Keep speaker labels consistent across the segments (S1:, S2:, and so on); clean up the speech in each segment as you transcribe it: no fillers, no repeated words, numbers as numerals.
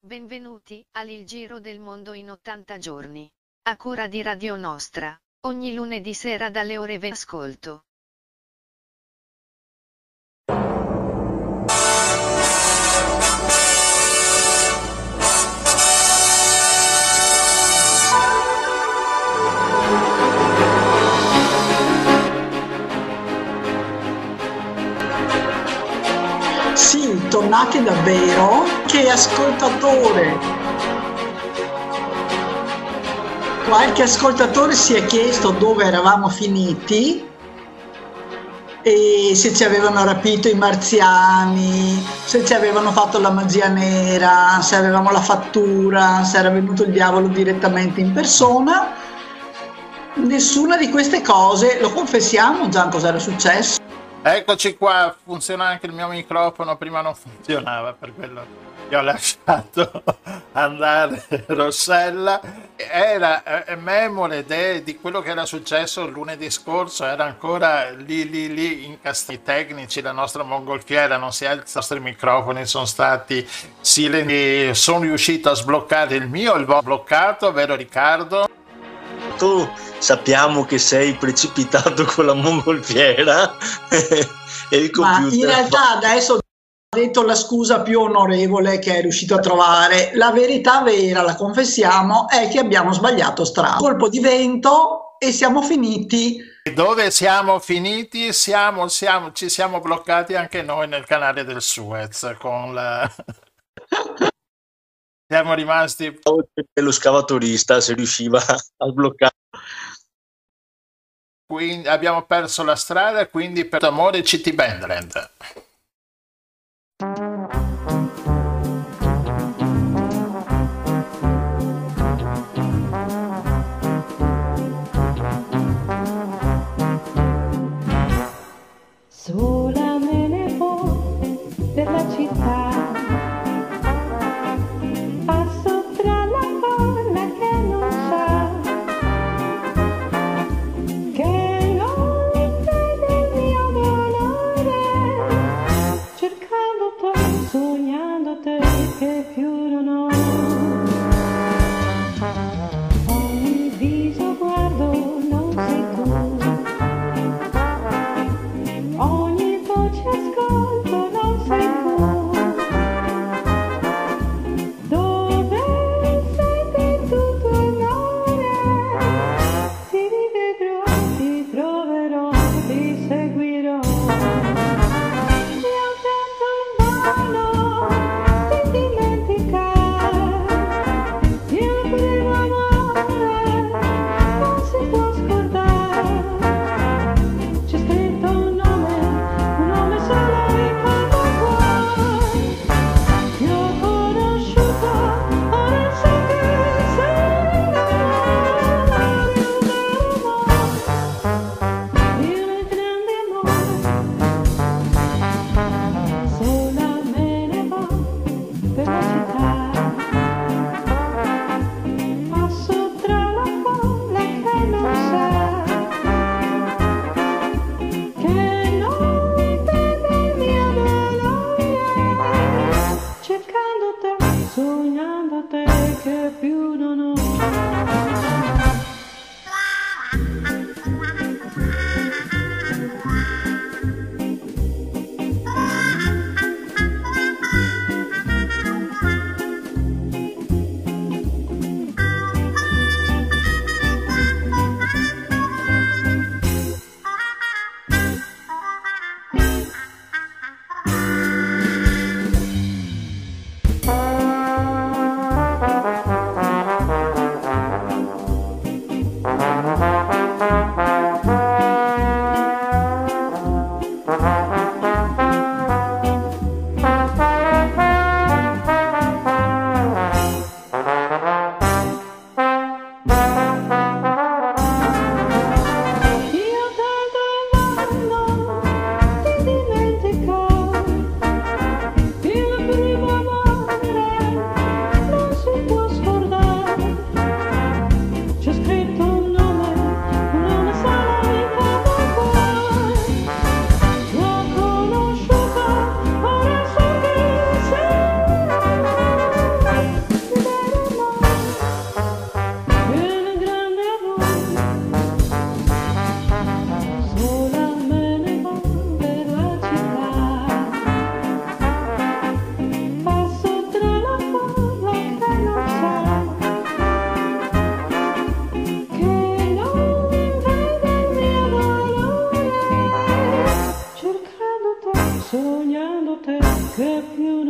S1: Benvenuti al Il Giro del Mondo in 80 giorni. A cura di Radio Nostra. Ogni lunedì sera dalle ore 20 ascolto.
S2: Sì, tornati davvero? Che ascoltatore! Qualche ascoltatore si è chiesto dove eravamo finiti e se ci avevano rapito i marziani, se ci avevano fatto la magia nera, se avevamo la fattura, se era venuto il diavolo direttamente in persona. Nessuna di queste cose, lo confessiamo, Gian, cosa era successo?
S3: Eccoci qua, funziona anche il mio microfono, prima non funzionava, per quello che ho lasciato andare Rossella. Era memore di quello che era successo il lunedì scorso, era ancora lì in casti tecnici, la nostra mongolfiera non si alza, i nostri microfoni sono stati silenti, sono riuscito a sbloccare il mio, il vostro bloccato, vero Riccardo?
S4: Tu sappiamo che sei precipitato con la mongolfiera e il computer.
S2: Ma in realtà adesso ho detto la scusa più onorevole che è riuscito a trovare. La verità vera, la confessiamo, è che abbiamo sbagliato strada. Colpo di vento e siamo finiti.
S3: Dove siamo finiti? Ci siamo bloccati anche noi nel canale del Suez con la... Siamo rimasti...
S4: Lo scavatorista se riusciva a sbloccare.
S3: Quindi abbiamo perso la strada, quindi per amore CT Bandland.
S5: Sola me ne vo per la città.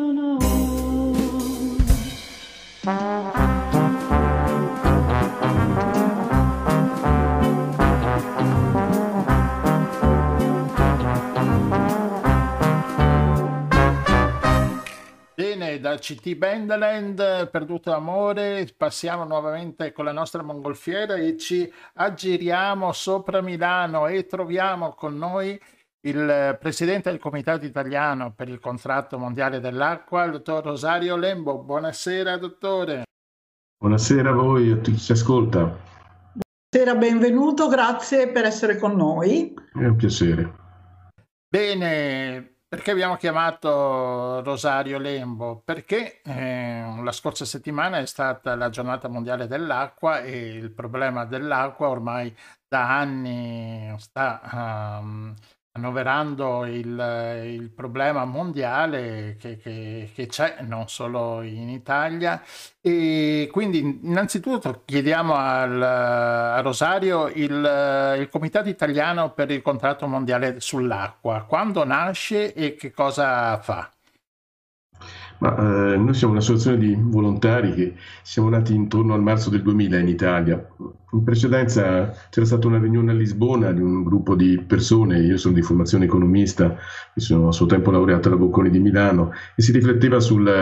S5: sono.
S3: Bene, da CT Bendaland, Perduto Amore, passiamo nuovamente con la nostra mongolfiera e ci aggiriamo sopra Milano e troviamo con noi il presidente del Comitato Italiano per il Contratto Mondiale dell'Acqua, il dottor Rosario Lembo. Buonasera, dottore.
S6: Buonasera a voi e a tutti chi ci ascolta.
S2: Buonasera, benvenuto, grazie per essere con noi.
S6: È un piacere.
S3: Bene, perché abbiamo chiamato Rosario Lembo? Perché la scorsa settimana è stata la giornata mondiale dell'acqua e il problema dell'acqua ormai da anni sta annoverando il problema mondiale che c'è non solo in Italia. E quindi innanzitutto chiediamo a Rosario il Comitato Italiano per il Contratto Mondiale sull'Acqua, quando nasce e che cosa fa?
S6: Noi siamo un'associazione di volontari che siamo nati intorno al marzo del 2000 in Italia. In precedenza c'era stata una riunione a Lisbona di un gruppo di persone, io sono di formazione economista, mi sono a suo tempo laureato alla Bocconi di Milano, e si rifletteva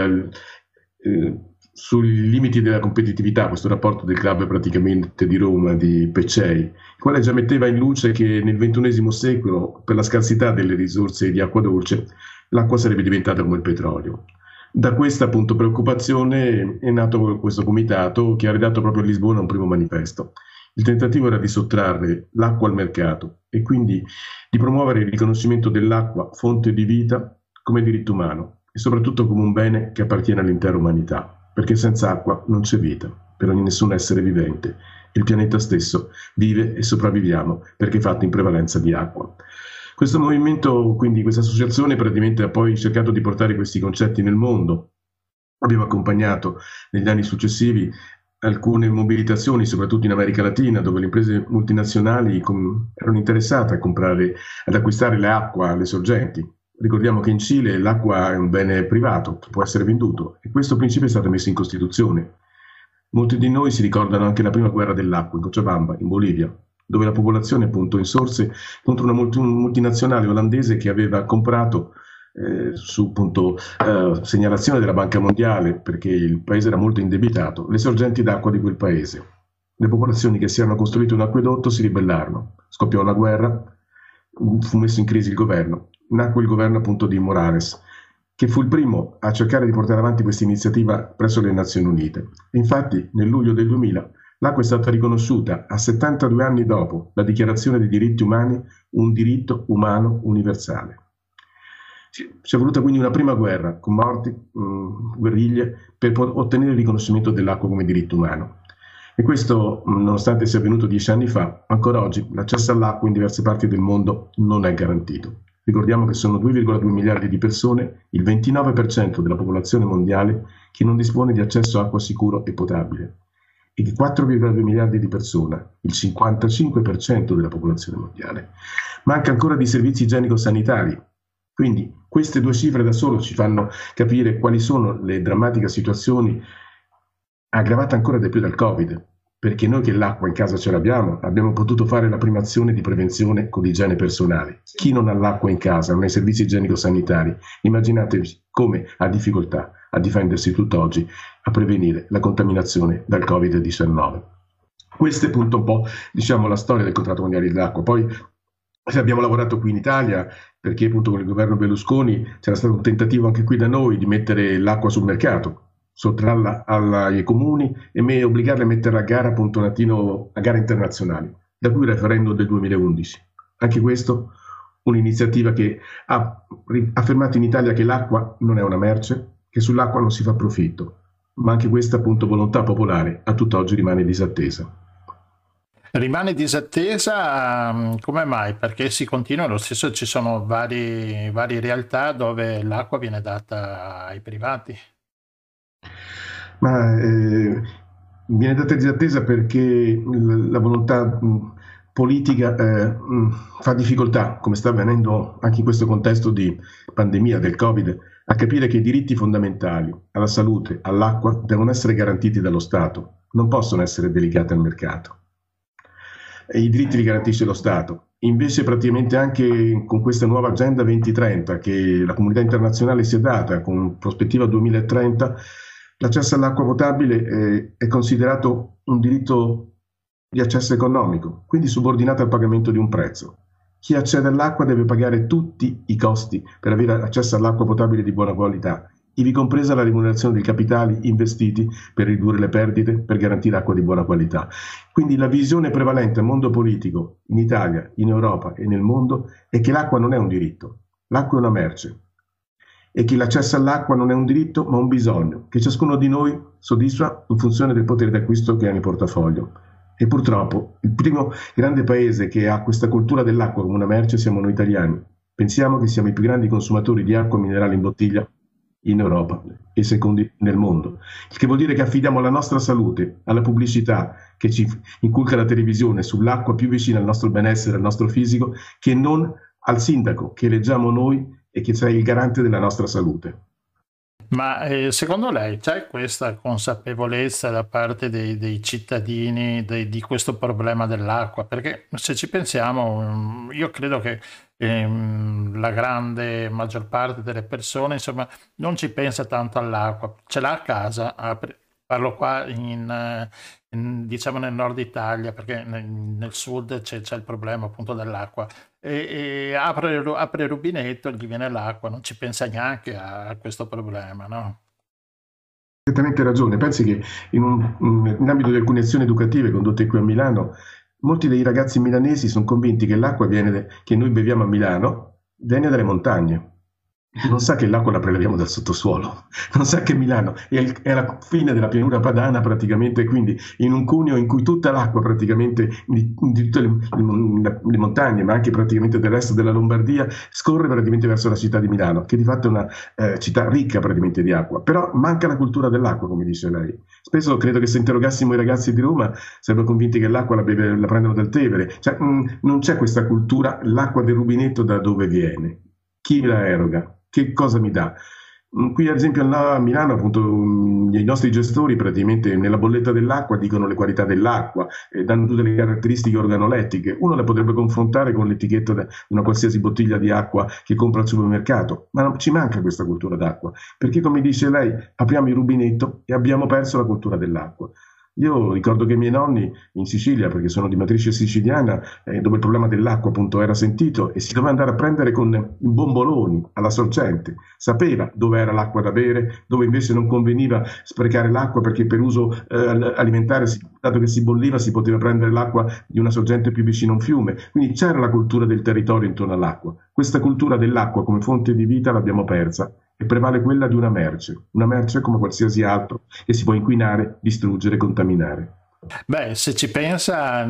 S6: sui limiti della competitività, questo rapporto del club praticamente di Roma, di Peccei, il quale già metteva in luce che nel XXI secolo, per la scarsità delle risorse di acqua dolce, l'acqua sarebbe diventata come il petrolio. Da questa appunto preoccupazione è nato questo comitato che ha redatto proprio a Lisbona un primo manifesto. Il tentativo era di sottrarre l'acqua al mercato e quindi di promuovere il riconoscimento dell'acqua fonte di vita come diritto umano e soprattutto come un bene che appartiene all'intera umanità, perché senza acqua non c'è vita per nessun essere vivente. Il pianeta stesso vive e sopravviviamo perché è fatto in prevalenza di acqua. Questo movimento, quindi questa associazione praticamente ha poi cercato di portare questi concetti nel mondo. Abbiamo accompagnato negli anni successivi alcune mobilitazioni, soprattutto in America Latina, dove le imprese multinazionali erano interessate ad acquistare l'acqua alle sorgenti. Ricordiamo che in Cile l'acqua è un bene privato, può essere venduto, e questo principio è stato messo in Costituzione. Molti di noi si ricordano anche la prima guerra dell'acqua in Cochabamba, in Bolivia, dove la popolazione appunto insorse contro una multinazionale olandese che aveva comprato su appunto segnalazione della Banca Mondiale, perché il paese era molto indebitato, le sorgenti d'acqua di quel paese. Le popolazioni che si erano costruite un acquedotto si ribellarono, scoppiò una guerra, fu messo in crisi il governo, nacque il governo appunto di Morales, che fu il primo a cercare di portare avanti questa iniziativa presso le Nazioni Unite. Infatti nel luglio del 2000 l'acqua è stata riconosciuta a 72 anni dopo la dichiarazione dei diritti umani un diritto umano universale. Ci è voluta quindi una prima guerra con morti, guerriglie, per ottenere il riconoscimento dell'acqua come diritto umano. E questo, nonostante sia avvenuto 10 anni fa, ancora oggi l'accesso all'acqua in diverse parti del mondo non è garantito. Ricordiamo che sono 2,2 miliardi di persone, il 29% della popolazione mondiale, che non dispone di accesso a acqua sicuro e potabile, e di 4,2 miliardi di persone, il 55% della popolazione mondiale. Manca ancora di servizi igienico-sanitari. Quindi queste due cifre da solo ci fanno capire quali sono le drammatiche situazioni, aggravate ancora di più dal Covid, perché noi che l'acqua in casa ce l'abbiamo, abbiamo potuto fare la prima azione di prevenzione con l'igiene personale. Chi non ha l'acqua in casa, non ha i servizi igienico-sanitari, immaginatevi come ha difficoltà a difendersi tutt'oggi, a prevenire la contaminazione dal Covid-19. Questa è appunto un po', diciamo, la storia del contratto mondiale dell'acqua. Poi abbiamo lavorato qui in Italia perché appunto con il governo Berlusconi c'era stato un tentativo anche qui da noi di mettere l'acqua sul mercato, sottrarla ai comuni e obbligarli a mettere a gara appunto a gare internazionali, da cui il referendum del 2011. Anche questo un'iniziativa che ha affermato in Italia che l'acqua non è una merce, che sull'acqua non si fa profitto, ma anche questa appunto volontà popolare a tutt'oggi rimane disattesa.
S3: Rimane disattesa, come mai? Perché si continua, lo stesso ci sono varie realtà dove l'acqua viene data ai privati.
S6: Ma viene data disattesa perché la volontà politica fa difficoltà, come sta avvenendo anche in questo contesto di pandemia del Covid, a capire che i diritti fondamentali alla salute, all'acqua, devono essere garantiti dallo Stato, non possono essere delegati al mercato. E i diritti li garantisce lo Stato. Invece praticamente anche con questa nuova Agenda 2030 che la comunità internazionale si è data con prospettiva 2030, l'accesso all'acqua potabile è considerato un diritto di accesso economico, quindi subordinato al pagamento di un prezzo. Chi accede all'acqua deve pagare tutti i costi per avere accesso all'acqua potabile di buona qualità, ivi compresa la remunerazione dei capitali investiti per ridurre le perdite, per garantire acqua di buona qualità. Quindi la visione prevalente al mondo politico, in Italia, in Europa e nel mondo, è che l'acqua non è un diritto, l'acqua è una merce, e che l'accesso all'acqua non è un diritto ma un bisogno, che ciascuno di noi soddisfa in funzione del potere d'acquisto che ha nel portafoglio. E purtroppo il primo grande paese che ha questa cultura dell'acqua come una merce siamo noi italiani. Pensiamo che siamo i più grandi consumatori di acqua minerale in bottiglia in Europa e secondi nel mondo, il che vuol dire che affidiamo la nostra salute alla pubblicità che ci inculca la televisione sull'acqua più vicina al nostro benessere, al nostro fisico, che non al sindaco che eleggiamo noi e che è il garante della nostra salute.
S3: Ma secondo lei c'è questa consapevolezza da parte dei cittadini di questo problema dell'acqua? Perché se ci pensiamo, io credo che la grande maggior parte delle persone, insomma, non ci pensa tanto all'acqua, ce l'ha a casa, parlo qua diciamo nel nord Italia, perché nel sud c'è il problema appunto dell'acqua, e apre il rubinetto, gli viene l'acqua, non ci pensa neanche a questo problema, no?
S6: Perfettamente ragione. Pensi che nell'ambito di alcune azioni educative condotte qui a Milano, molti dei ragazzi milanesi sono convinti che l'acqua che noi beviamo a Milano viene dalle montagne. Non sa che l'acqua la preleviamo dal sottosuolo, non sa che Milano è alla fine della pianura padana praticamente, quindi in un cuneo in cui tutta l'acqua praticamente di tutte le montagne, ma anche praticamente del resto della Lombardia, scorre praticamente verso la città di Milano, che di fatto è una città ricca praticamente di acqua, però manca la cultura dell'acqua, come dice lei. Spesso credo che se interrogassimo i ragazzi di Roma sarebbero convinti che l'acqua la prendono dal Tevere, cioè, non c'è questa cultura, l'acqua del rubinetto da dove viene, chi la eroga, che cosa mi dà. Qui ad esempio a Milano appunto i nostri gestori praticamente nella bolletta dell'acqua dicono le qualità dell'acqua, danno tutte le caratteristiche organolettiche. Uno le potrebbe confrontare con l'etichetta di una qualsiasi bottiglia di acqua che compra al supermercato, ma ci manca questa cultura d'acqua, perché come dice lei apriamo il rubinetto e abbiamo perso la cultura dell'acqua. Io ricordo che i miei nonni in Sicilia, perché sono di matrice siciliana, dove il problema dell'acqua appunto era sentito e si doveva andare a prendere con i bomboloni alla sorgente, sapeva dove era l'acqua da bere, dove invece non conveniva sprecare l'acqua perché per uso alimentare, dato che si bolliva, si poteva prendere l'acqua di una sorgente più vicino a un fiume. Quindi c'era la cultura del territorio intorno all'acqua. Questa cultura dell'acqua come fonte di vita l'abbiamo persa e prevale quella di una merce come qualsiasi altro che si può inquinare, distruggere, contaminare.
S3: Beh, se ci pensa,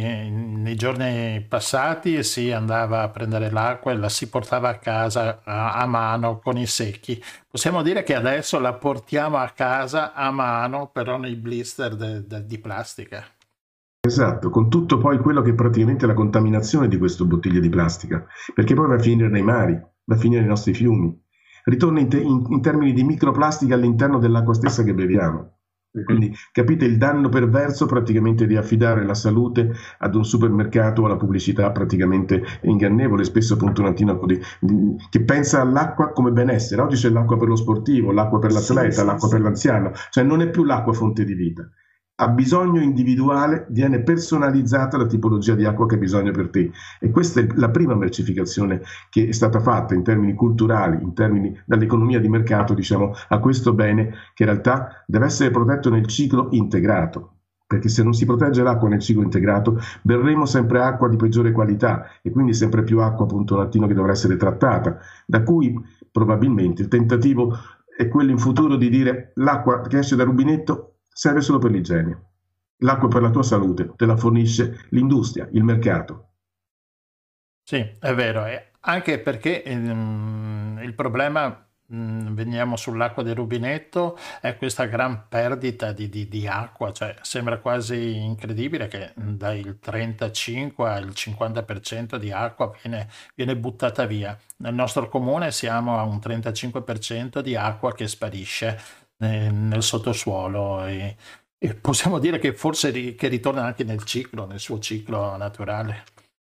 S3: nei giorni passati si andava a prendere l'acqua e la si portava a casa a mano con i secchi. Possiamo dire che adesso la portiamo a casa a mano, però nei blister di plastica.
S6: Esatto, con tutto poi quello che è praticamente la contaminazione di queste bottiglie di plastica, perché poi va a finire nei mari, va a finire nei nostri fiumi. Ritorna in termini di microplastica all'interno dell'acqua stessa che beviamo. Quindi capite il danno perverso praticamente di affidare la salute ad un supermercato o alla pubblicità praticamente ingannevole, spesso appunto un attimo che pensa all'acqua come benessere. Oggi c'è l'acqua per lo sportivo, l'acqua per l'atleta, l'acqua per l'anziano, cioè non è più l'acqua fonte di vita. A bisogno individuale viene personalizzata la tipologia di acqua che hai bisogno per te, e questa è la prima mercificazione che è stata fatta in termini culturali, in termini dall'economia di mercato, diciamo, a questo bene che in realtà deve essere protetto nel ciclo integrato, perché se non si protegge l'acqua nel ciclo integrato berremo sempre acqua di peggiore qualità e quindi sempre più acqua appunto un attimo che dovrà essere trattata, da cui probabilmente il tentativo è quello in futuro di dire l'acqua che esce dal rubinetto serve solo per l'igiene. L'acqua per la tua salute te la fornisce l'industria, il mercato.
S3: Sì, è vero, anche perché il problema veniamo sull'acqua del rubinetto, è questa gran perdita di acqua, cioè sembra quasi incredibile che dal 35 al 50% di acqua viene buttata via. Nel nostro comune siamo a un 35% di acqua che sparisce nel sottosuolo e possiamo dire che forse che ritorna anche nel suo ciclo naturale.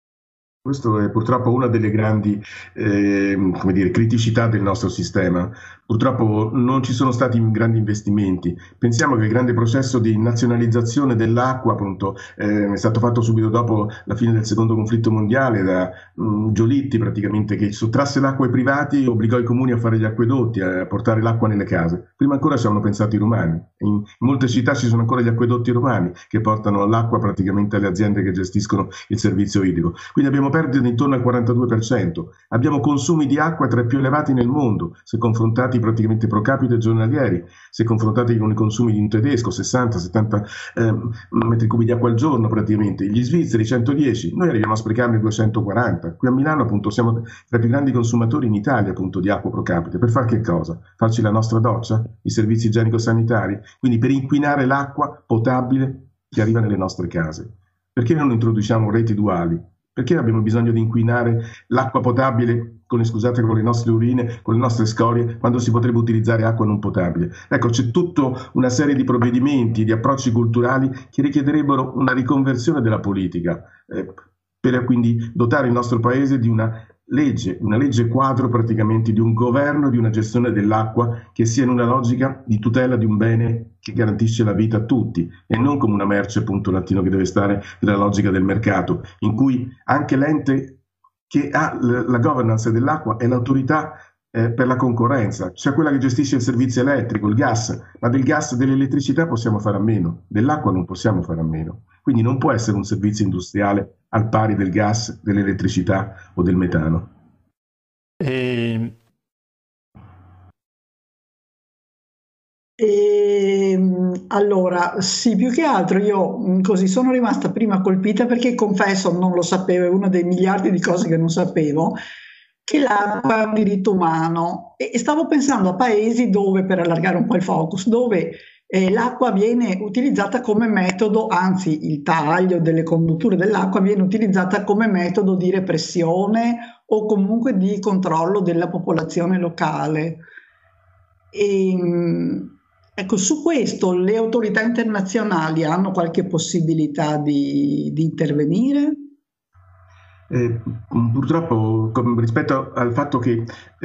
S6: Questo è purtroppo una delle grandi come dire, criticità del nostro sistema. Purtroppo non ci sono stati grandi investimenti. Pensiamo che il grande processo di nazionalizzazione dell'acqua, appunto, è stato fatto subito dopo la fine del secondo conflitto mondiale da Giolitti, praticamente, che sottrasse l'acqua ai privati, obbligò i comuni a fare gli acquedotti, a portare l'acqua nelle case. Prima ancora ci avevano pensato i romani. In molte città ci sono ancora gli acquedotti romani che portano l'acqua praticamente alle aziende che gestiscono il servizio idrico. Quindi abbiamo perdite intorno al 42%. Abbiamo consumi di acqua tra i più elevati nel mondo, se confrontati praticamente pro capite giornalieri, se confrontati con i consumi di un tedesco, 60-70 metri cubi di acqua al giorno praticamente, gli svizzeri 110, noi arriviamo a sprecarne 240. Qui a Milano appunto siamo tra i più grandi consumatori in Italia appunto di acqua pro capite. Per far che cosa? Farci la nostra doccia? I servizi igienico-sanitari? Quindi per inquinare l'acqua potabile che arriva nelle nostre case. Perché non introduciamo reti duali? Perché abbiamo bisogno di inquinare l'acqua potabile con le nostre urine, con le nostre scorie, quando si potrebbe utilizzare acqua non potabile? Ecco, c'è tutta una serie di provvedimenti, di approcci culturali che richiederebbero una riconversione della politica, per quindi dotare il nostro paese di una legge quadro praticamente, di un governo, di una gestione dell'acqua che sia in una logica di tutela di un bene che garantisce la vita a tutti e non come una merce appunto latino che deve stare nella logica del mercato, in cui anche l'ente che ha la governance dell'acqua è l'autorità per la concorrenza, cioè quella che gestisce il servizio elettrico, il gas, ma del gas, dell'elettricità possiamo fare a meno, dell'acqua non possiamo fare a meno. Quindi non può essere un servizio industriale al pari del gas, dell'elettricità o del metano.
S2: Allora, sì, più che altro io così sono rimasta prima colpita perché confesso, non lo sapevo, è una dei miliardi di cose che non sapevo, che l'acqua è un diritto umano e stavo pensando a paesi dove, per allargare un po' il focus, dove l'acqua viene utilizzata come metodo, anzi il taglio delle condutture dell'acqua viene utilizzata come metodo di repressione o comunque di controllo della popolazione locale. Ecco, su questo le autorità internazionali hanno qualche possibilità di intervenire?
S6: Purtroppo, rispetto al fatto che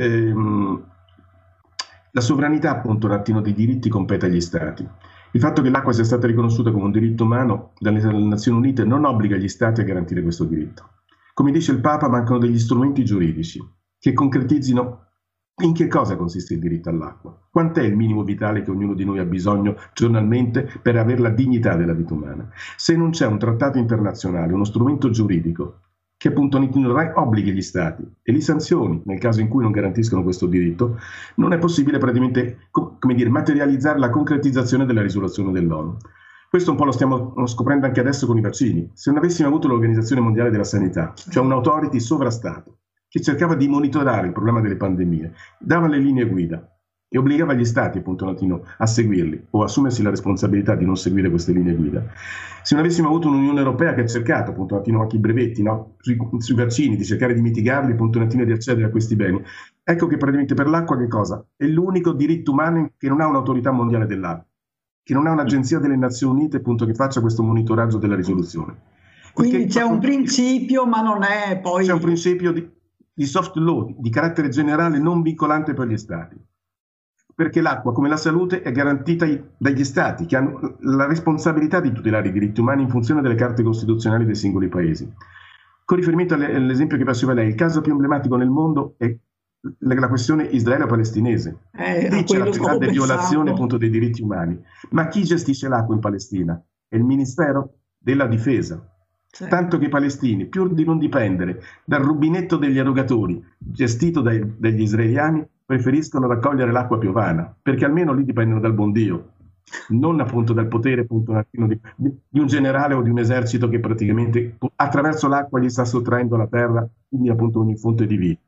S6: la sovranità appunto un attimo dei diritti compete agli Stati. Il fatto che l'acqua sia stata riconosciuta come un diritto umano dalle Nazioni Unite non obbliga gli Stati a garantire questo diritto. Come dice il Papa, mancano degli strumenti giuridici che concretizzino in che cosa consiste il diritto all'acqua. Quant'è il minimo vitale che ognuno di noi ha bisogno giornalmente per avere la dignità della vita umana? Se non c'è un trattato internazionale, uno strumento giuridico che appunto obblighi gli Stati e li sanzioni nel caso in cui non garantiscono questo diritto, non è possibile praticamente materializzare la concretizzazione della risoluzione dell'ONU. Questo un po' lo stiamo scoprendo anche adesso con i vaccini. Se non avessimo avuto l'Organizzazione Mondiale della Sanità, cioè un'autority sovrastato, che cercava di monitorare il problema delle pandemie, dava le linee guida e obbligava gli Stati appunto a seguirli o assumersi la responsabilità di non seguire queste linee guida. Se non avessimo avuto un'Unione Europea che ha cercato appunto anche i brevetti, no? sui vaccini, di cercare di mitigarli appunto di accedere a questi beni, ecco che praticamente per l'acqua che cosa? È l'unico diritto umano che non ha un'autorità mondiale dell'acqua, che non ha un'agenzia delle Nazioni Unite appunto che faccia questo monitoraggio della risoluzione.
S2: Quindi c'è un principio, ma non è poi...
S6: C'è un principio di soft law, di carattere generale non vincolante per gli Stati. Perché l'acqua, come la salute, è garantita dagli Stati, che hanno la responsabilità di tutelare i diritti umani in funzione delle carte costituzionali dei singoli paesi. Con riferimento all'esempio che faceva lei, il caso più emblematico nel mondo è la questione israelo-palestinese. Lì c'è la più grande violazione appunto dei diritti umani. Ma chi gestisce l'acqua in Palestina? È il Ministero della Difesa. Tanto che i palestini, pur di non dipendere dal rubinetto degli erogatori gestito dagli israeliani, preferiscono raccogliere l'acqua piovana, perché almeno lì dipendono dal buon Dio, non appunto dal potere appunto di un generale o di un esercito che praticamente attraverso l'acqua gli sta sottraendo la terra, quindi appunto ogni fonte di vita.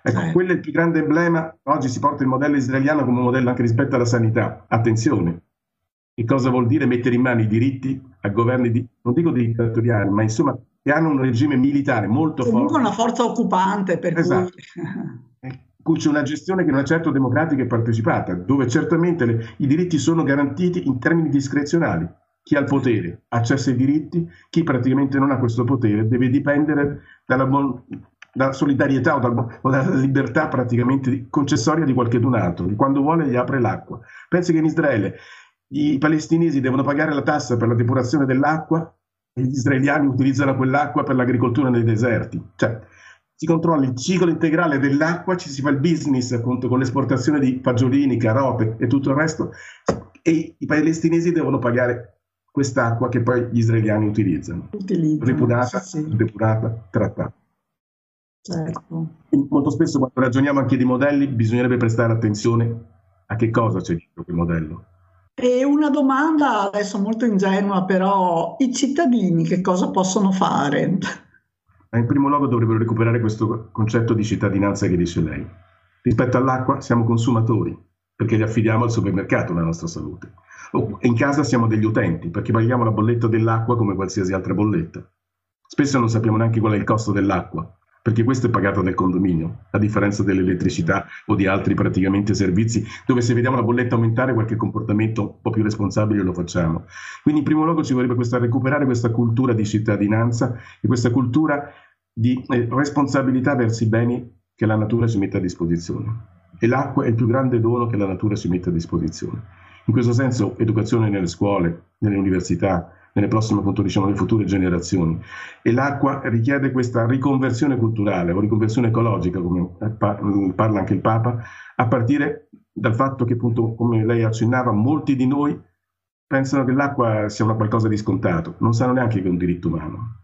S6: Ecco, quello è il più grande emblema. Oggi si porta il modello israeliano come modello anche rispetto alla sanità. Attenzione, che cosa vuol dire mettere in mano i diritti a governi, non dico dittatoriali, ma insomma che hanno un regime militare molto
S2: comunque
S6: forte.
S2: Una forza occupante, per
S6: esatto. Cui c'è una gestione che non è certo democratica e partecipata, dove certamente i diritti sono garantiti in termini discrezionali. Chi ha il potere accessa i diritti, chi praticamente non ha questo potere deve dipendere dalla solidarietà o dalla libertà praticamente concessoria di qualcun altro, che quando vuole gli apre l'acqua. Pensi che in Israele i palestinesi devono pagare la tassa per la depurazione dell'acqua e gli israeliani utilizzano quell'acqua per l'agricoltura nei deserti. Cioè, si controlla il ciclo integrale dell'acqua, ci si fa il business appunto con l'esportazione di fagiolini, carote e tutto il resto, e i palestinesi devono pagare quest'acqua che poi gli israeliani utilizzano. Depurata, depurata, trattata.
S2: Certo.
S6: Molto spesso quando ragioniamo anche di modelli bisognerebbe prestare attenzione a che cosa c'è dietro quel modello.
S2: E una domanda adesso molto ingenua, però i cittadini che cosa possono fare?
S6: In primo luogo dovrebbero recuperare questo concetto di cittadinanza che dice lei. Rispetto all'acqua siamo consumatori, perché gli affidiamo al supermercato la nostra salute. O in casa siamo degli utenti, perché paghiamo la bolletta dell'acqua come qualsiasi altra bolletta. Spesso non sappiamo neanche qual è il costo dell'acqua, perché questo è pagato dal condominio, a differenza dell'elettricità o di altri praticamente servizi, dove se vediamo la bolletta aumentare qualche comportamento un po' più responsabile lo facciamo. Quindi in primo luogo ci vorrebbe recuperare questa cultura di cittadinanza e questa cultura di responsabilità verso i beni che la natura ci mette a disposizione. E l'acqua è il più grande dono che la natura ci mette a disposizione. In questo senso educazione nelle scuole, nelle università, nelle prossime, appunto, diciamo, le future generazioni. E l'acqua richiede questa riconversione culturale o riconversione ecologica, come parla anche il Papa, a partire dal fatto che, appunto, come lei accennava, molti di noi pensano che l'acqua sia una qualcosa di scontato, non sanno neanche che è un diritto umano.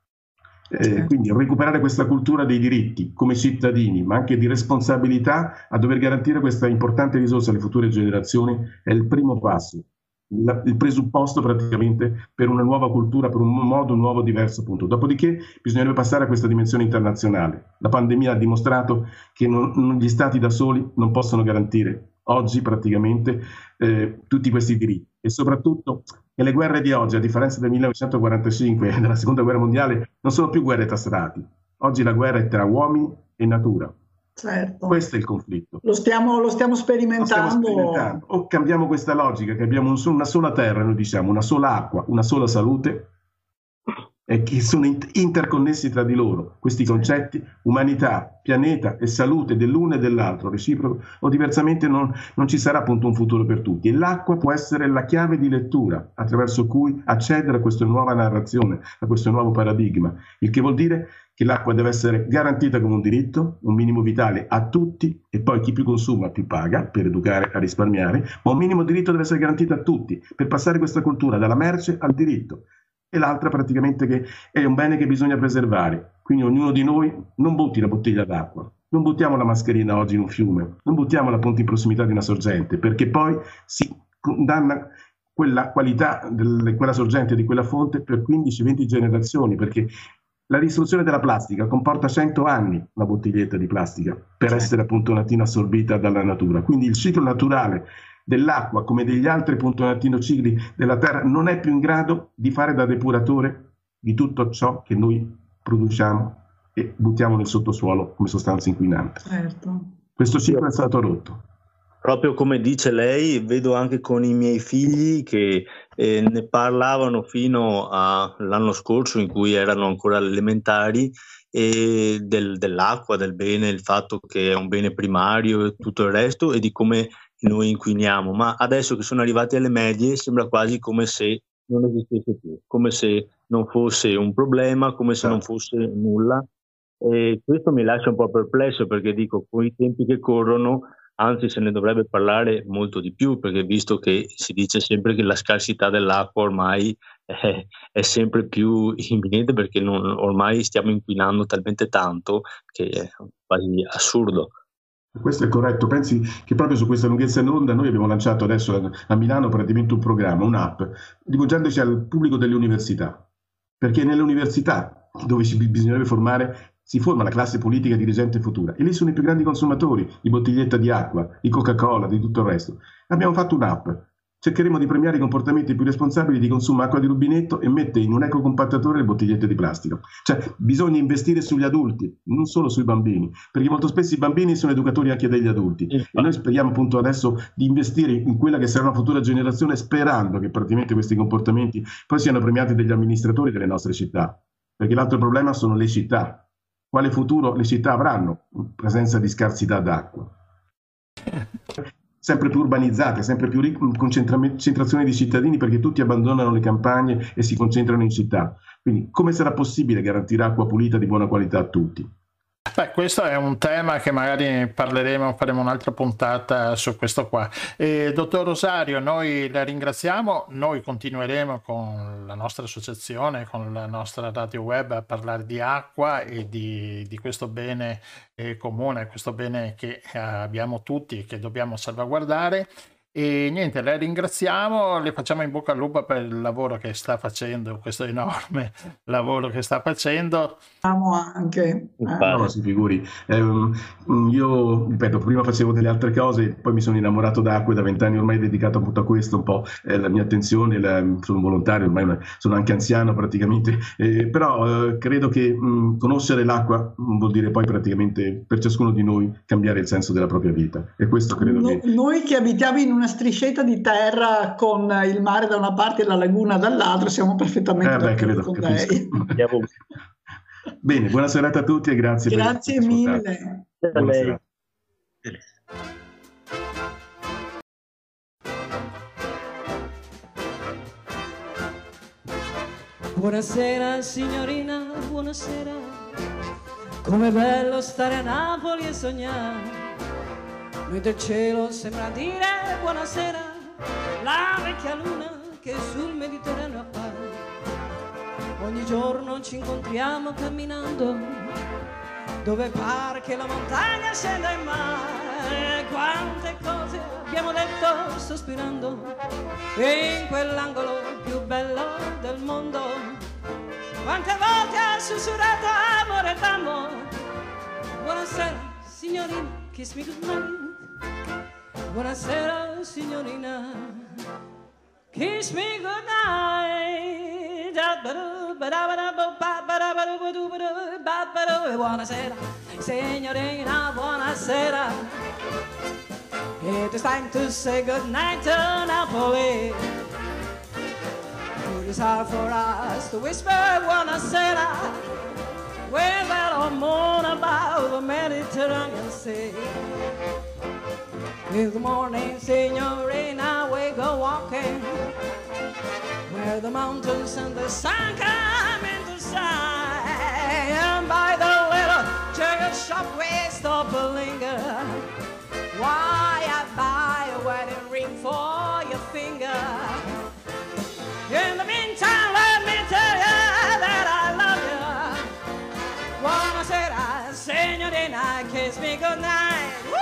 S6: Quindi recuperare questa cultura dei diritti come cittadini, ma anche di responsabilità a dover garantire questa importante risorsa alle future generazioni è il primo passo. Il presupposto praticamente per una nuova cultura, per un modo nuovo, diverso, appunto. Dopodiché bisognerebbe passare a questa dimensione internazionale. La pandemia ha dimostrato che gli stati da soli non possono garantire oggi praticamente tutti questi diritti, e soprattutto che le guerre di oggi, a differenza del 1945 e della seconda guerra mondiale, non sono più guerre tra strati. Oggi la guerra è tra uomini e natura.
S2: Certo.
S6: Questo è il conflitto.
S2: Lo stiamo sperimentando.
S6: O cambiamo questa logica, che abbiamo una sola terra, noi diciamo, una sola acqua, una sola salute, e che sono interconnessi tra di loro questi concetti, umanità, pianeta e salute dell'uno e dell'altro, reciproco, o diversamente non ci sarà, appunto, un futuro per tutti. E l'acqua può essere la chiave di lettura attraverso cui accedere a questa nuova narrazione, a questo nuovo paradigma, il che vuol dire che l'acqua deve essere garantita come un diritto, un minimo vitale a tutti, e poi chi più consuma più paga per educare a risparmiare, ma un minimo diritto deve essere garantito a tutti per passare questa cultura dalla merce al diritto. E l'altra praticamente che è un bene che bisogna preservare. Quindi ognuno di noi non butti la bottiglia d'acqua, non buttiamo la mascherina oggi in un fiume, non buttiamola, appunto, in prossimità di una sorgente, perché poi si condanna quella qualità di quella sorgente, di quella fonte, per 15-20 generazioni, perché la distruzione della plastica comporta 100 anni, una bottiglietta di plastica, per essere, appunto, un attimo assorbita dalla natura. Quindi il ciclo naturale dell'acqua, come degli altri, appunto, un attimo cicli della terra, non è più in grado di fare da depuratore di tutto ciò che noi produciamo e buttiamo nel sottosuolo come sostanza inquinante.
S2: Certo.
S6: Questo ciclo è stato rotto.
S4: Proprio come dice lei, vedo anche con i miei figli che ne parlavano fino all'anno scorso, in cui erano ancora elementari, e dell'acqua, del bene, il fatto che è un bene primario e tutto il resto, e di come noi inquiniamo. Ma adesso che sono arrivati alle medie sembra quasi come se non esistesse più, come se non fosse un problema, come se non fosse nulla. E questo mi lascia un po' perplesso, perché dico, con i tempi che corrono, anzi se ne dovrebbe parlare molto di più, perché visto che si dice sempre che la scarsità dell'acqua ormai è sempre più imminente, perché ormai stiamo inquinando talmente tanto che è quasi assurdo.
S6: Questo è corretto. Pensi che proprio su questa lunghezza d'onda noi abbiamo lanciato adesso a Milano praticamente un programma, un'app, rivolgendoci al pubblico delle università, perché nelle università, dove bisognerebbe formare si forma la classe politica dirigente futura e lì sono i più grandi consumatori, i bottiglietta di acqua, i Coca-Cola, di tutto il resto. Abbiamo fatto un'app. Cercheremo di premiare i comportamenti più responsabili di consumo acqua di rubinetto e mettere in un ecocompattatore le bottigliette di plastica. Cioè, bisogna investire sugli adulti, non solo sui bambini, perché molto spesso i bambini sono educatori anche degli adulti. E noi speriamo appunto adesso di investire in quella che sarà una futura generazione, sperando che praticamente questi comportamenti poi siano premiati dagli amministratori delle nostre città. Perché l'altro problema sono le città. Quale futuro le città avranno in presenza di scarsità d'acqua? Sempre più urbanizzate, sempre più concentrazione di cittadini perché tutti abbandonano le campagne e si concentrano in città. Quindi come sarà possibile garantire acqua pulita di buona qualità a tutti?
S3: Beh, questo è un tema che magari parleremo, faremo un'altra puntata su questo qua. Dottor Rosario, noi la ringraziamo, noi continueremo con la nostra associazione, con la nostra radio web a parlare di acqua e di questo bene comune, questo bene che abbiamo tutti e che dobbiamo salvaguardare. E niente, la ringraziamo, le facciamo in bocca al lupo per il lavoro che sta facendo, questo enorme lavoro che sta facendo.
S2: Anche.
S6: No, si figuri. Io, ripeto, prima facevo delle altre cose, poi mi sono innamorato d'acqua e da 20 anni ormai dedicato appunto a questo un po' la mia attenzione, sono un volontario, ormai sono anche anziano praticamente, però credo che conoscere l'acqua vuol dire poi praticamente per ciascuno di noi cambiare il senso della propria vita. E questo credo che...
S2: Noi che abitiamo in una striscetta di terra con il mare da una parte e la laguna dall'altra siamo perfettamente d'accordo con lei.
S6: Bene, buona serata a tutti e grazie.
S2: Grazie mille.
S6: Buonasera.
S5: Buonasera signorina, buonasera. Com'è bello stare a Napoli e sognare. Mentre il cielo sembra dire buonasera, la vecchia luna che sul Mediterraneo appare. Ogni giorno ci incontriamo camminando, dove pare che la montagna scenda in mare. Quante cose abbiamo detto sospirando, e in quell'angolo più bello del mondo. Quante volte ha sussurrato amore d'amore. Buonasera signorina, kiss me goodnight. Buonasera signorina, kiss me goodnight. Buonasera signorina, buonasera. It is time to say goodnight to Napoli. It is hard for us to whisper buonasera with that moon about the Mediterranean Sea. In the morning, signorina, we go walking where the mountains and the sun come into sight. And by the little sugar shop we stop and linger. Why I buy a wedding ring for your finger. In the meantime, let me tell you that I love you. Buonasera, signorina, kiss me goodnight. Woo!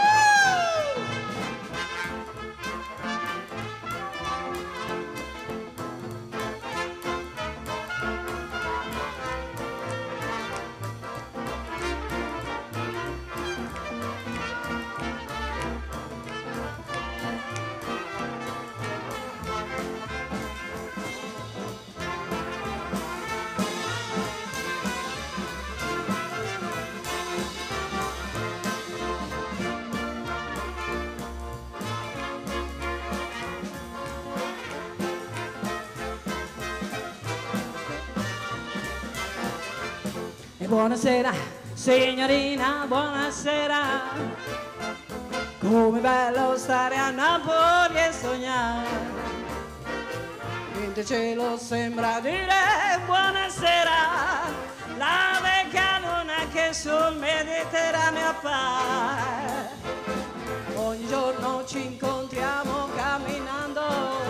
S5: Buonasera, signorina, buonasera. Come bello stare a Napoli e sognare. Mentre cielo sembra dire buonasera, la vecchia luna che sul Mediterraneo appare. Ogni giorno ci incontriamo camminando,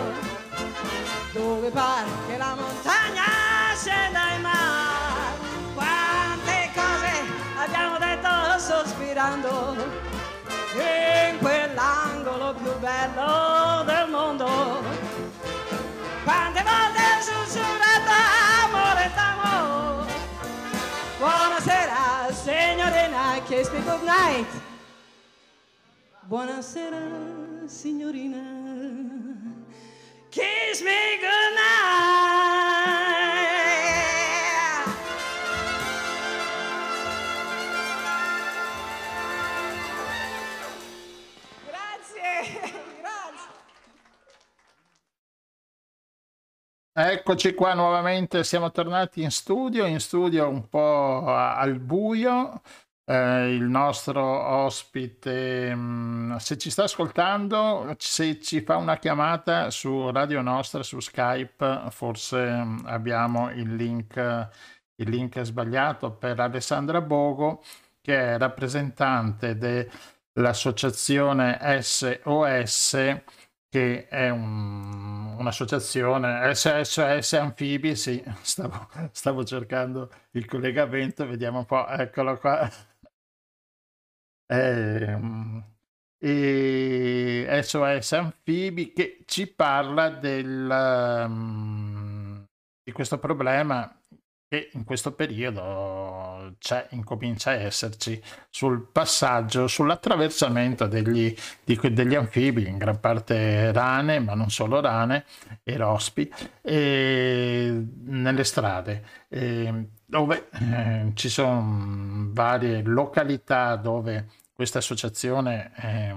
S5: dove pare che la montagna scenda in mare. Abbiamo detto sospirando, in quell'angolo più bello del mondo. Quante volte sussurrato amore d'amore. Buonasera, good night. Buonasera, signorina. Kiss me good night. Grazie, grazie.
S3: Eccoci qua nuovamente, siamo tornati in studio un po' al buio. Il nostro ospite, se ci sta ascoltando, se ci fa una chiamata su Radio Nostra, su Skype, forse abbiamo il link sbagliato, per Alessandra Bogo, che è rappresentante dell'associazione SOS, che è un'associazione SOS Anfibi. Sì, stavo cercando il collegamento, vediamo un po', eccolo qua. E SOS Anfibi, che ci parla di questo problema che in questo periodo incomincia a esserci sul passaggio, sull'attraversamento degli anfibi, in gran parte rane, ma non solo rane, e rospi, nelle strade, dove ci sono varie località dove questa associazione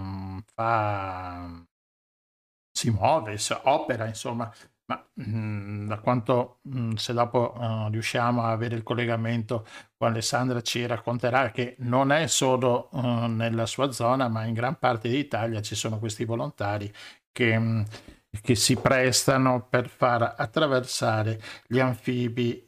S3: si muove, opera, insomma. Ma da quanto, se dopo riusciamo a avere il collegamento con Alessandra, ci racconterà che non è solo nella sua zona, ma in gran parte d'Italia ci sono questi volontari che si prestano per far attraversare gli anfibi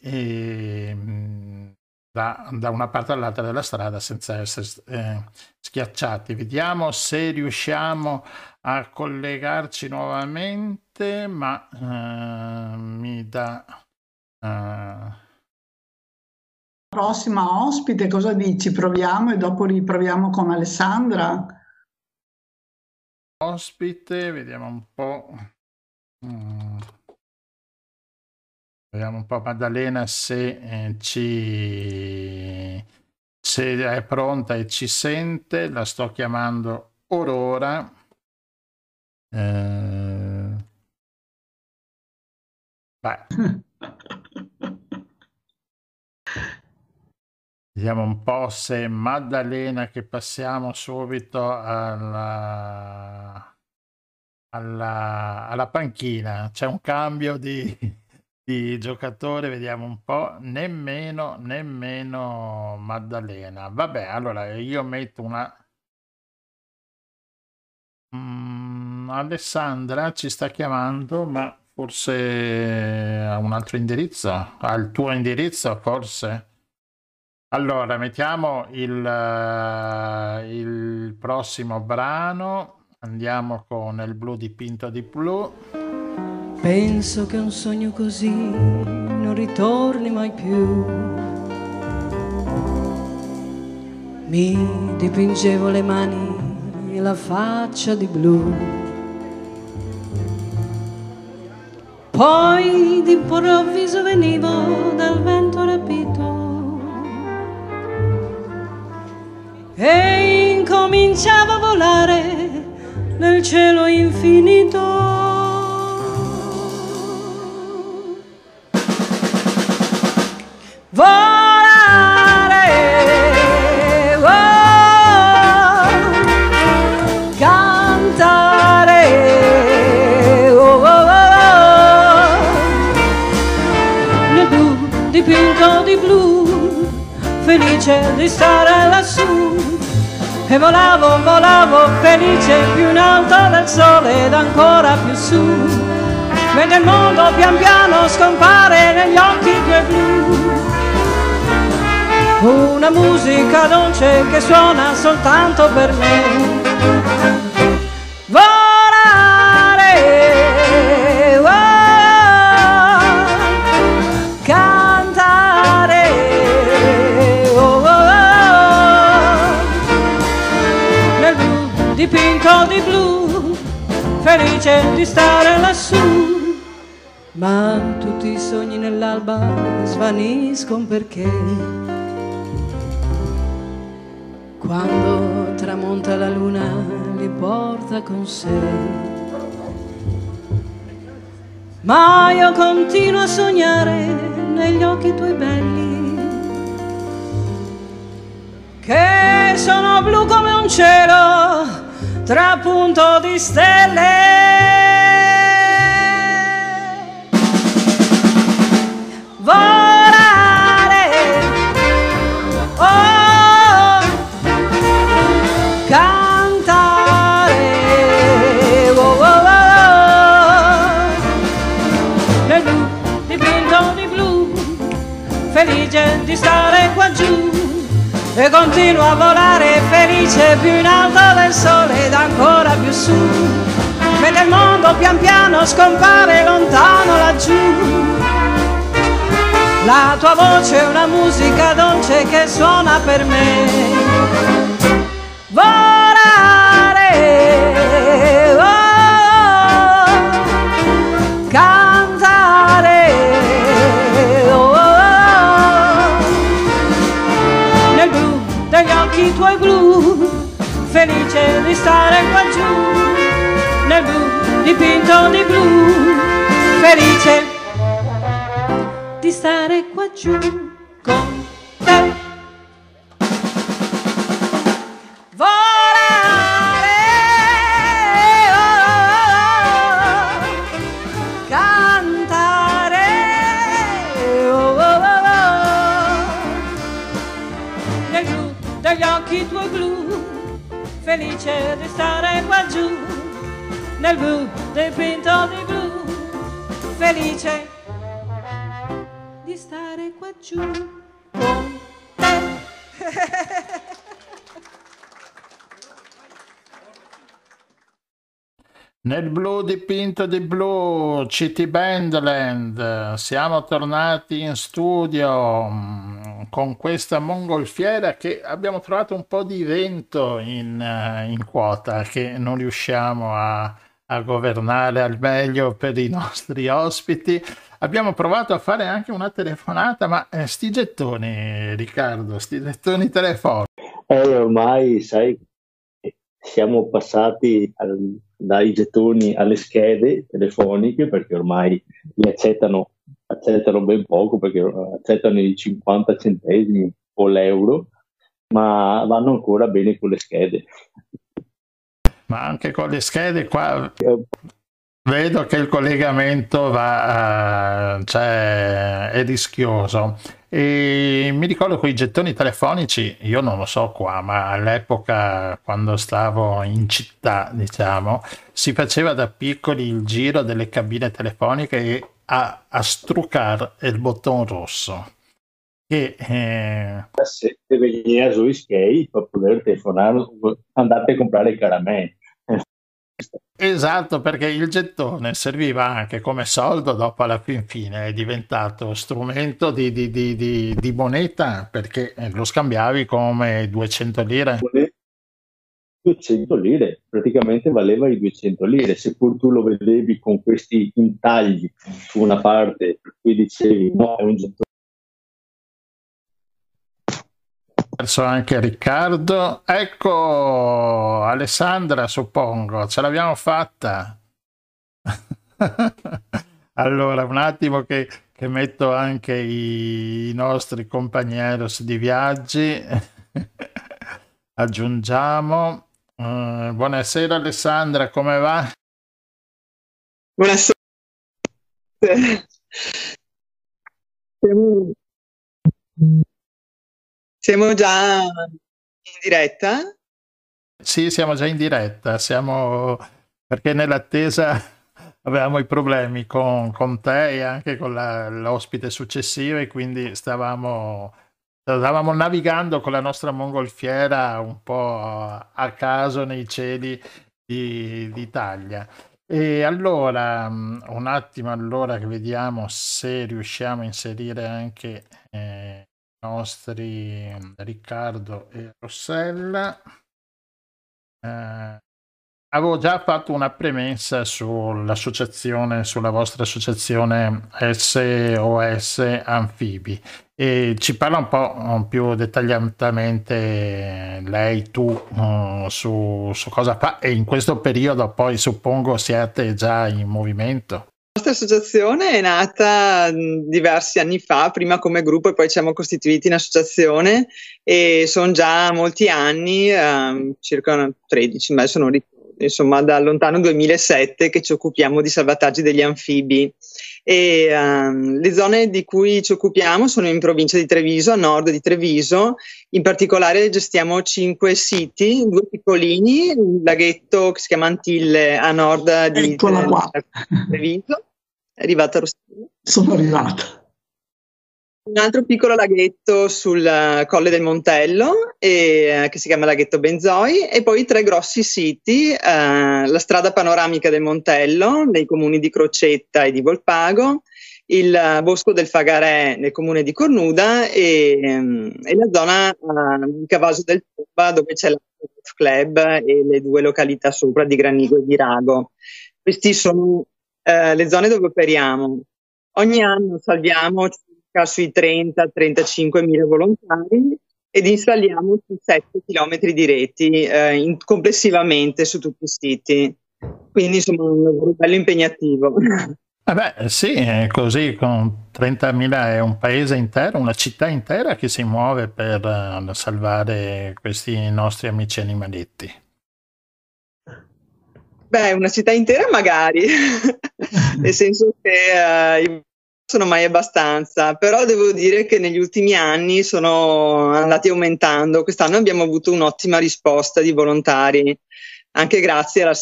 S3: da una parte all'altra della strada senza essere schiacciati. Vediamo se riusciamo a collegarci nuovamente, ma mi dà...
S2: Prossima ospite, cosa dici? Proviamo e dopo riproviamo con Alessandra?
S3: Ospite, vediamo un po'. Vediamo un po', Maddalena, se è pronta e ci sente. La sto chiamando Aurora. Vediamo un po' se Maddalena, che passiamo subito alla panchina. C'è un cambio di giocatore, vediamo un po'. Nemmeno Maddalena. Vabbè, allora io metto Alessandra ci sta chiamando, ma forse ha un altro indirizzo. Ha il tuo indirizzo, forse? Allora, mettiamo il prossimo brano. Andiamo con Il blu dipinto di blu.
S5: Penso che un sogno così non ritorni mai più. Mi dipingevo le mani e la faccia di blu. Poi d'improvviso venivo dal vento rapito e incominciavo a volare nel cielo infinito. Volare, oh, cantare, oh, oh, oh, nel blu dipinto di blu, felice di stare lassù. E volavo felice più in alto del sole ed ancora più su, mentre il mondo pian piano scompare negli occhi tuoi blu. Una musica dolce che suona soltanto per me. Volare, oh, cantare, oh, oh, oh, nel blu dipinto di blu, felice di stare lassù. Ma tutti i sogni nell'alba svaniscono perché Quando tramonta la luna li porta con sé, ma io continuo a sognare negli occhi tuoi belli, che sono blu come un cielo trapunto di stelle. Volare, oh, cantare, oh, oh, oh, nel blu dipinto di blu, felice di stare qua giù, e continuo a volare felice più in alto del sole ed ancora più su, mentre il mondo pian piano scompare lontano laggiù. La tua voce è una musica dolce che suona per me. Volare, oh, cantare, oh, nel blu degli occhi tuoi blu, felice di stare qua giù, nel blu dipinto di blu, felice di stare qua giù con te. Volare, oh, cantare, oh, nel blu degli occhi tuoi blu, felice di stare qua giù, nel blu dipinto di blu, felice di stare qua giù con te.
S3: Nel blu dipinto di blu, City Bandland, siamo tornati in studio con questa mongolfiera che abbiamo trovato un po' di vento in quota che non riusciamo a governare al meglio per i nostri ospiti. Abbiamo provato a fare anche una telefonata, ma sti gettoni, Riccardo, sti gettoni telefonici.
S4: Ormai, sai, siamo passati dai gettoni alle schede telefoniche, perché ormai li accettano ben poco, perché accettano i 50 centesimi o l'euro, ma vanno ancora bene con le schede.
S3: Ma anche con le schede qua vedo che il collegamento cioè, è rischioso. E mi ricordo con i gettoni telefonici, io non lo so qua, ma all'epoca quando stavo in città, diciamo, si faceva da piccoli il giro delle cabine telefoniche e a struccare il bottone rosso. Che
S4: Se venire su Ischei per poter telefonare, andate a comprare i caramelle.
S3: Esatto, perché il gettone serviva anche come soldo, dopo alla fin fine è diventato strumento di moneta, perché lo scambiavi come 200 lire.
S4: 200 lire, praticamente valeva i 200 lire, seppur tu lo vedevi con questi intagli su una parte, per cui dicevi no, è un gettone.
S3: Verso anche Riccardo. Ecco, Alessandra, suppongo, ce l'abbiamo fatta. Allora, un attimo che metto anche i nostri compagneros di viaggi. Aggiungiamo. Buonasera Alessandra, come va?
S7: Buonasera. Siamo già in diretta?
S3: Sì, siamo già in diretta, perché nell'attesa avevamo i problemi con te e anche con l'ospite successivo, e quindi stavamo navigando con la nostra mongolfiera un po' a caso nei cieli d'Italia. E allora, un attimo allora che vediamo se riusciamo a inserire anche i nostri Riccardo e Rossella. Avevo già fatto una premessa sull'associazione, sulla vostra associazione SOS Anfibi, e ci parla un po' più dettagliatamente lei, tu, su cosa fa, e in questo periodo poi suppongo siate già in movimento.
S7: La nostra associazione è nata diversi anni fa, prima come gruppo e poi ci siamo costituiti in associazione, e sono già molti anni, circa 13, ma adesso non ricordo, insomma dal lontano 2007 che ci occupiamo di salvataggi degli anfibi. E le zone di cui ci occupiamo sono in provincia di Treviso, a nord di Treviso. In particolare gestiamo 5 siti, 2 piccolini, un laghetto che si chiama Antille a nord di Treviso. È arrivata Rossella.
S2: Sono arrivata.
S7: Un altro piccolo laghetto sul Colle del Montello, che si chiama Laghetto Benzoi, e poi 3 grossi siti, la strada panoramica del Montello nei comuni di Crocetta e di Volpago, il Bosco del Fagarè nel comune di Cornuda e la zona di Cavaso del Tomba, dove c'è la club e le 2 località sopra di Granigo e di Rago. Questi sono le zone dove operiamo. Ogni anno salviamo circa sui 30-35 mila volontari ed installiamo su 7 chilometri di reti complessivamente su tutti i siti. Quindi insomma un lavoro bello impegnativo.
S3: Sì, è così, con 30.000 è un paese intero, una città intera che si muove per salvare questi nostri amici animaletti.
S7: Beh, una città intera magari, nel senso che i sono mai abbastanza, però devo dire che negli ultimi anni sono andati aumentando. Quest'anno abbiamo avuto un'ottima risposta di volontari, anche grazie alla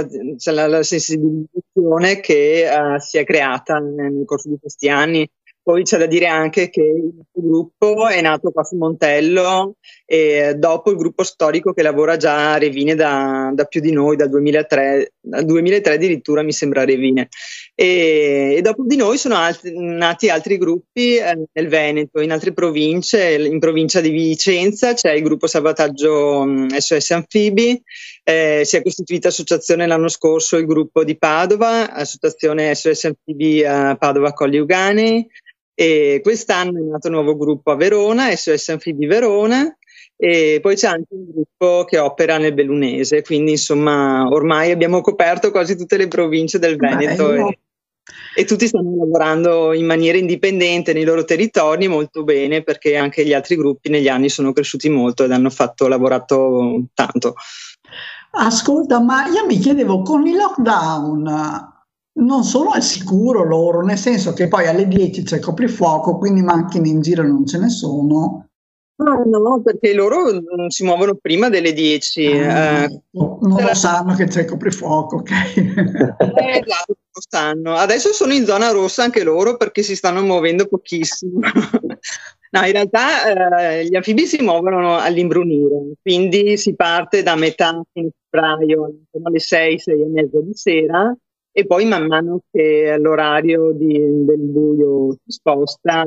S7: sensibilizzazione che si è creata nel corso di questi anni. Poi c'è da dire anche che il gruppo è nato qua su Montello e dopo il gruppo storico che lavora già a Revine da più di noi, dal 2003 addirittura mi sembra a Revine. E dopo di noi sono nati altri gruppi nel Veneto, in altre province. In provincia di Vicenza c'è il gruppo salvataggio SOS Anfibi, si è costituita associazione l'anno scorso il gruppo di Padova, associazione SOS Anfibi Padova Colli Euganei, e quest'anno è nato un nuovo gruppo a Verona, SOS Anfibi Verona, e poi c'è anche un gruppo che opera nel Bellunese, quindi insomma ormai abbiamo coperto quasi tutte le province del Veneto e tutti stanno lavorando in maniera indipendente nei loro territori molto bene, perché anche gli altri gruppi negli anni sono cresciuti molto ed hanno lavorato tanto.
S2: Ascolta, ma io mi chiedevo, con il lockdown non sono al sicuro loro, nel senso che poi alle 10 c'è il coprifuoco, quindi macchine in giro non ce ne sono.
S7: No, perché loro si muovono prima delle 10.
S2: Non lo sanno che c'è il coprifuoco, ok?
S7: Esatto, lo sanno. Adesso sono in zona rossa anche loro perché si stanno muovendo pochissimo. No, in realtà gli anfibi si muovono all'imbrunire, quindi si parte da metà fine febbraio, alle 6 e mezza di sera, e poi man mano che l'orario del buio si sposta,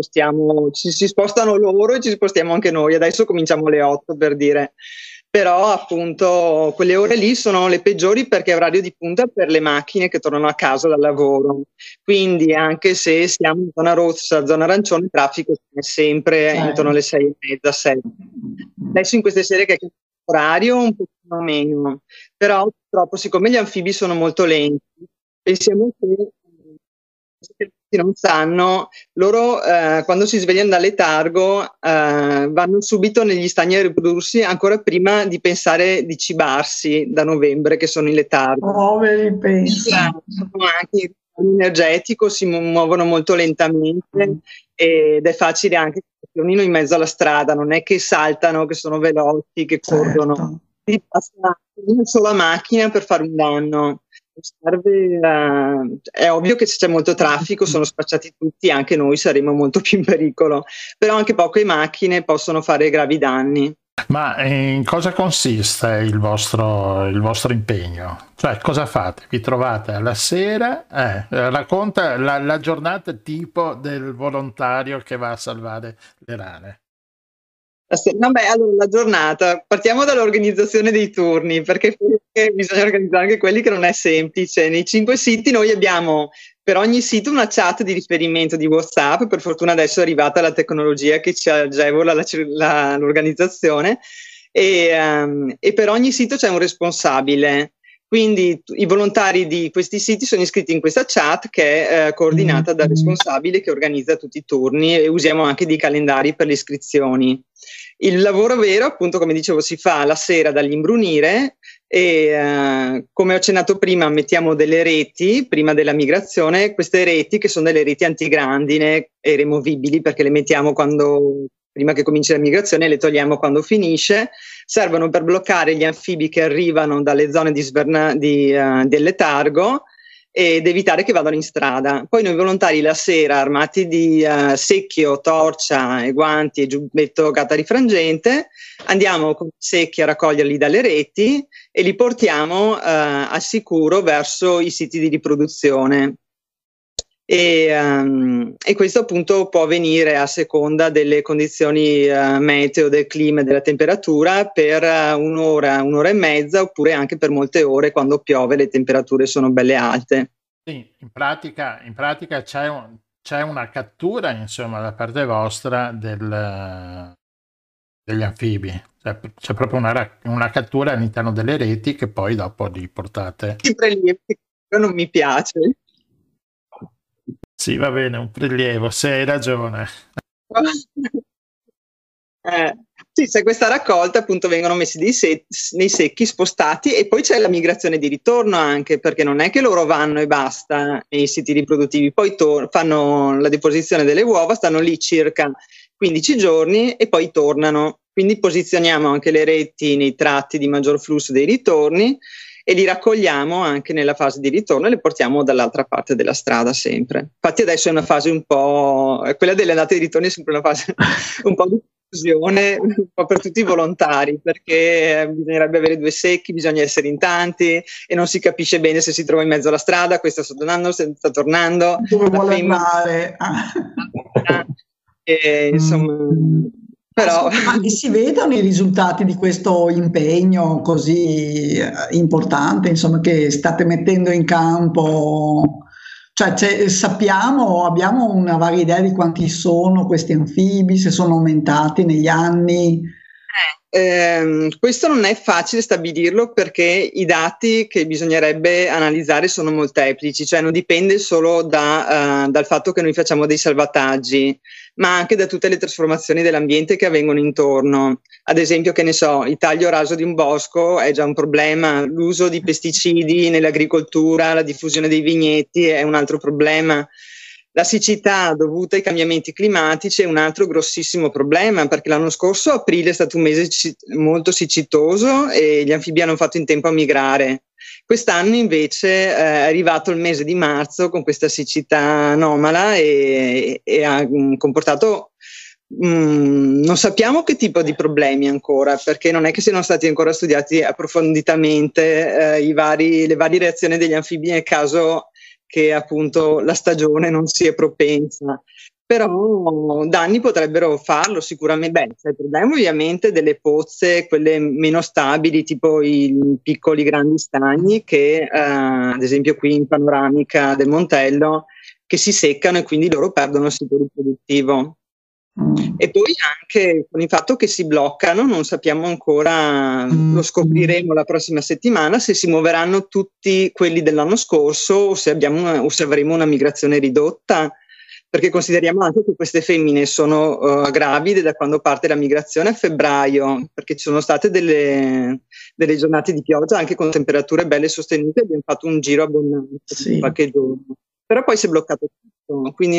S7: si spostano loro e ci spostiamo anche noi. Adesso cominciamo alle 8 per dire. Però appunto quelle ore lì sono le peggiori perché è orario di punta per le macchine che tornano a casa dal lavoro. Quindi anche se siamo in zona rossa, zona arancione, il traffico è sempre intorno alle 6 e mezza, 7. Adesso in queste sere che è orario un pochino meno, però purtroppo siccome gli anfibi sono molto lenti, pensiamo che non sanno, loro quando si svegliano dal letargo vanno subito negli stagni a riprodursi ancora prima di pensare di cibarsi da novembre, che sono in letargo.
S2: Poveri pensi.
S7: Sono anche energetico, si muovono molto lentamente ed è facile anche che tornino in mezzo alla strada, non è che saltano, che sono veloci, che corrono. Si passa una sola macchina per fare un danno. È ovvio che se c'è molto traffico, sono spacciati tutti, anche noi saremo molto più in pericolo, però anche poche macchine possono fare gravi danni.
S3: Ma in cosa consiste il vostro impegno? Cioè, cosa fate? Vi trovate alla sera? Racconta la giornata tipo del volontario che va a salvare le rane.
S7: Vabbè, allora la giornata, partiamo dall'organizzazione dei turni, perché bisogna organizzare anche quelli che non è semplice. Nei 5 siti noi abbiamo per ogni sito una chat di riferimento di WhatsApp, per fortuna adesso è arrivata la tecnologia che ci agevola l'organizzazione, e per ogni sito c'è un responsabile. Quindi i volontari di questi siti sono iscritti in questa chat che è coordinata dal responsabile che organizza tutti i turni, e usiamo anche dei calendari per le iscrizioni. Il lavoro vero, appunto, come dicevo, si fa la sera dall'imbrunire e come ho accennato prima mettiamo delle reti prima della migrazione, queste reti che sono delle reti antigrandine e removibili perché le mettiamo prima che cominci la migrazione e le togliamo quando finisce, servono per bloccare gli anfibi che arrivano dalle zone del letargo ed evitare che vadano in strada. Poi noi volontari la sera, armati di secchio, torcia e guanti e giubbetto gatta rifrangente, andiamo con i secchi a raccoglierli dalle reti e li portiamo al sicuro verso i siti di riproduzione. E questo appunto può avvenire a seconda delle condizioni meteo, del clima e della temperatura per un'ora e mezza, oppure anche per molte ore quando piove e le temperature sono belle alte.
S3: Sì, in pratica c'è una cattura, insomma, da parte vostra degli anfibi. C'è proprio una cattura all'interno delle reti che poi dopo li portate.
S7: Il prelievo non mi piace.
S3: Sì, va bene, un prelievo, se hai ragione.
S7: Sì, c'è questa raccolta, appunto vengono messi nei secchi, spostati, e poi c'è la migrazione di ritorno anche, perché non è che loro vanno e basta nei siti riproduttivi, poi fanno la deposizione delle uova, stanno lì circa 15 giorni e poi tornano. Quindi posizioniamo anche le reti nei tratti di maggior flusso dei ritorni e li raccogliamo anche nella fase di ritorno e le portiamo dall'altra parte della strada sempre. Infatti adesso è una fase quella delle andate e ritorni è sempre una fase un po' di confusione, un po' per tutti i volontari, perché bisognerebbe avere 2 secchi, bisogna essere in tanti e non si capisce bene se si trova in mezzo alla strada, questo sta tornando, se sta tornando.
S2: Dove vuole andare?
S7: Insomma... Però
S2: si vedono i risultati di questo impegno così importante, insomma, che state mettendo in campo? Cioè, abbiamo una vaga idea di quanti sono questi anfibi, se sono aumentati negli anni?
S7: Questo non è facile stabilirlo perché i dati che bisognerebbe analizzare sono molteplici, cioè non dipende solo dal fatto che noi facciamo dei salvataggi, ma anche da tutte le trasformazioni dell'ambiente che avvengono intorno. Ad esempio, che ne so, il taglio raso di un bosco è già un problema, l'uso di pesticidi nell'agricoltura, la diffusione dei vigneti è un altro problema. La siccità dovuta ai cambiamenti climatici è un altro grossissimo problema, perché l'anno scorso aprile è stato un mese molto siccitoso e gli anfibi hanno fatto in tempo a migrare. Quest'anno invece è arrivato il mese di marzo con questa siccità anomala e ha comportato non sappiamo che tipo di problemi ancora, perché non è che siano stati ancora studiati approfonditamente le varie reazioni degli anfibi nel caso che appunto la stagione non sia propensa, però danni potrebbero farlo sicuramente. C'è il problema ovviamente delle pozze, quelle meno stabili, tipo i piccoli grandi stagni che ad esempio qui in panoramica del Montello, che si seccano e quindi loro perdono il sito riproduttivo. E poi anche con il fatto che si bloccano, non sappiamo ancora, lo scopriremo la prossima settimana, se si muoveranno tutti quelli dell'anno scorso o se avremo una migrazione ridotta, perché consideriamo anche che queste femmine sono gravide da quando parte la migrazione a febbraio, perché ci sono state delle giornate di pioggia anche con temperature belle sostenute, abbiamo fatto un giro abbondante per qualche giorno, però poi si è bloccato tutto, quindi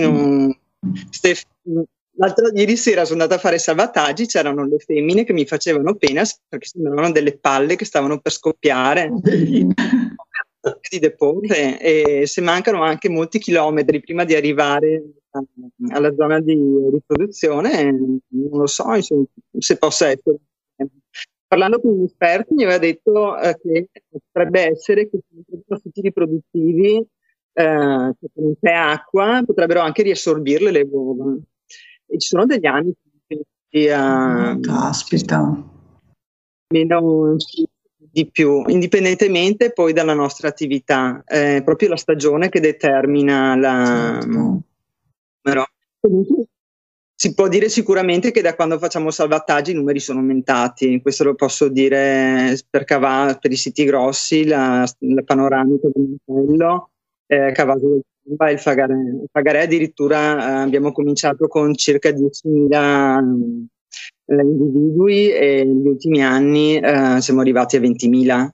S7: ieri sera sono andata a fare salvataggi, c'erano le femmine che mi facevano pena perché sembravano delle palle che stavano per scoppiare di deporre, e se mancano anche molti chilometri prima di arrivare alla zona di riproduzione, non lo so se possa essere. Parlando con un esperto mi aveva detto che potrebbe essere che i siti riproduttivi con un pH acqua potrebbero anche riassorbirle le uova. E ci sono degli anni
S2: Caspita.
S7: Meno di più, indipendentemente poi dalla nostra attività. È proprio la stagione che determina numero. Si può dire sicuramente che da quando facciamo salvataggi i numeri sono aumentati, questo lo posso dire per i siti grossi, la panoramica del Montello, Cavaso del Samba e il Fagarè. Il Fagarè addirittura abbiamo cominciato con circa 10.000 individui e negli ultimi anni siamo arrivati a 20.000.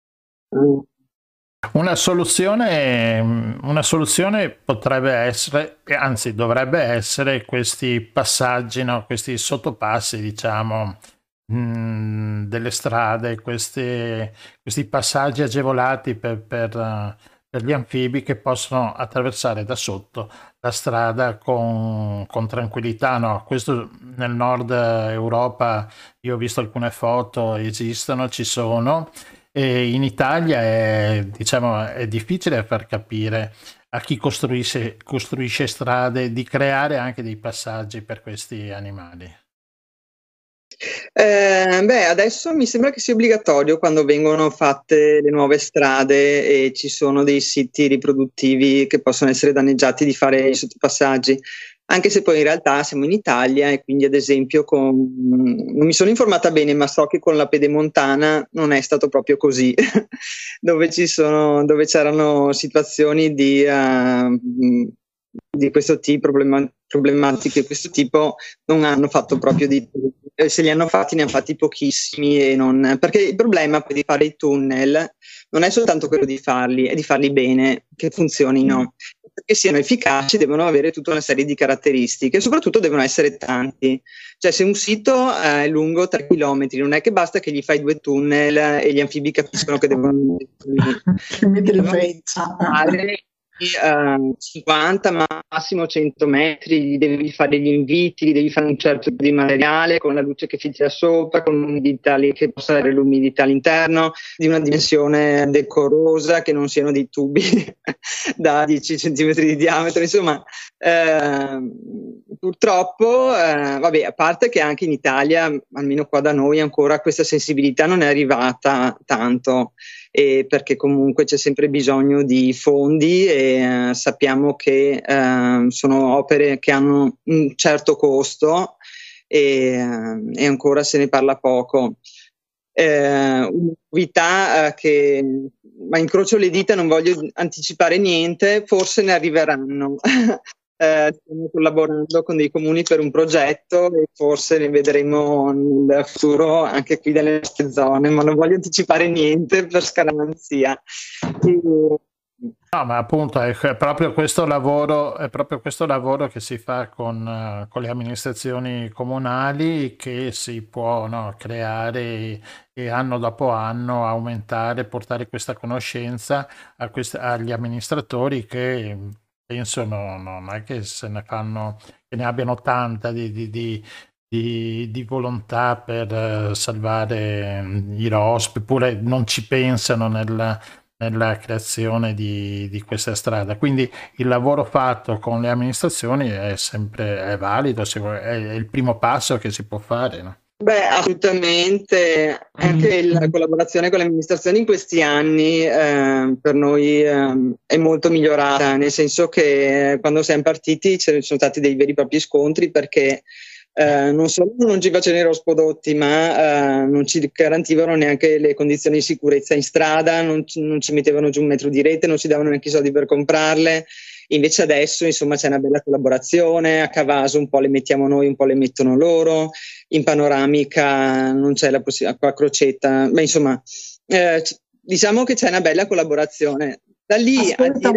S3: Una soluzione potrebbe essere, anzi dovrebbe essere, questi passaggi, no? Questi sottopassi, diciamo, delle strade, questi passaggi agevolati per gli anfibi che possono attraversare da sotto la strada con tranquillità, no? Questo nel nord Europa, io ho visto alcune foto, esistono, ci sono. E in Italia è difficile far capire a chi costruisce strade di creare anche dei passaggi per questi animali.
S7: Adesso mi sembra che sia obbligatorio quando vengono fatte le nuove strade e ci sono dei siti riproduttivi che possono essere danneggiati di fare i sottopassaggi. Anche se poi in realtà siamo in Italia e quindi ad esempio non mi sono informata bene, ma so che con la Pedemontana non è stato proprio così, dove c'erano situazioni di questo tipo, problematiche di questo tipo, non hanno fatto proprio se li hanno fatti ne hanno fatti pochissimi, perché il problema di fare i tunnel non è soltanto quello di farli, è di farli bene, che funzionino. Perché siano efficaci devono avere tutta una serie di caratteristiche e soprattutto devono essere tanti. Cioè se un sito è lungo 3 km non è che basta che gli fai 2 tunnel e gli anfibi capiscono che devono fare 50 massimo 100 metri, gli devi fare gli inviti, gli devi fare un certo tipo di materiale con la luce che filtra sopra, con l'umidità che possa avere l'umidità all'interno, di una dimensione decorosa, che non siano dei tubi da 10 cm di diametro, insomma purtroppo a parte che anche in Italia, almeno qua da noi, ancora questa sensibilità non è arrivata tanto, perché comunque c'è sempre bisogno di fondi e sappiamo che sono opere che hanno un certo costo e ancora se ne parla poco. Novità ma incrocio le dita, non voglio anticipare niente, forse ne arriveranno. Stiamo collaborando con dei comuni per un progetto e forse ne vedremo nel futuro anche qui nelle nostre zone, ma non voglio anticipare niente per scaramanzia.
S3: No, ma appunto è proprio questo lavoro che si fa con le amministrazioni comunali, che si può, no, creare e anno dopo anno aumentare, portare questa conoscenza agli amministratori, che penso non è che se ne fanno, che ne abbiano tanta di volontà per salvare i rospi, oppure non ci pensano nella creazione di questa strada. Quindi il lavoro fatto con le amministrazioni è valido, è il primo passo che si può fare, no?
S7: Beh, assolutamente. Anche la collaborazione con le amministrazioni in questi anni per noi è molto migliorata, nel senso che quando siamo partiti ci sono stati dei veri e propri scontri, perché non solo non ci facevano i rospodotti, ma non ci garantivano neanche le condizioni di sicurezza in strada, non ci mettevano giù un metro di rete, non ci davano neanche i soldi per comprarle. Invece adesso, insomma, c'è una bella collaborazione. A Cavaso un po' le mettiamo noi, un po' le mettono loro. In panoramica non c'è la possibilità, qua a Crocetta, ma insomma diciamo che c'è una bella collaborazione. Da lì
S2: Aspetta,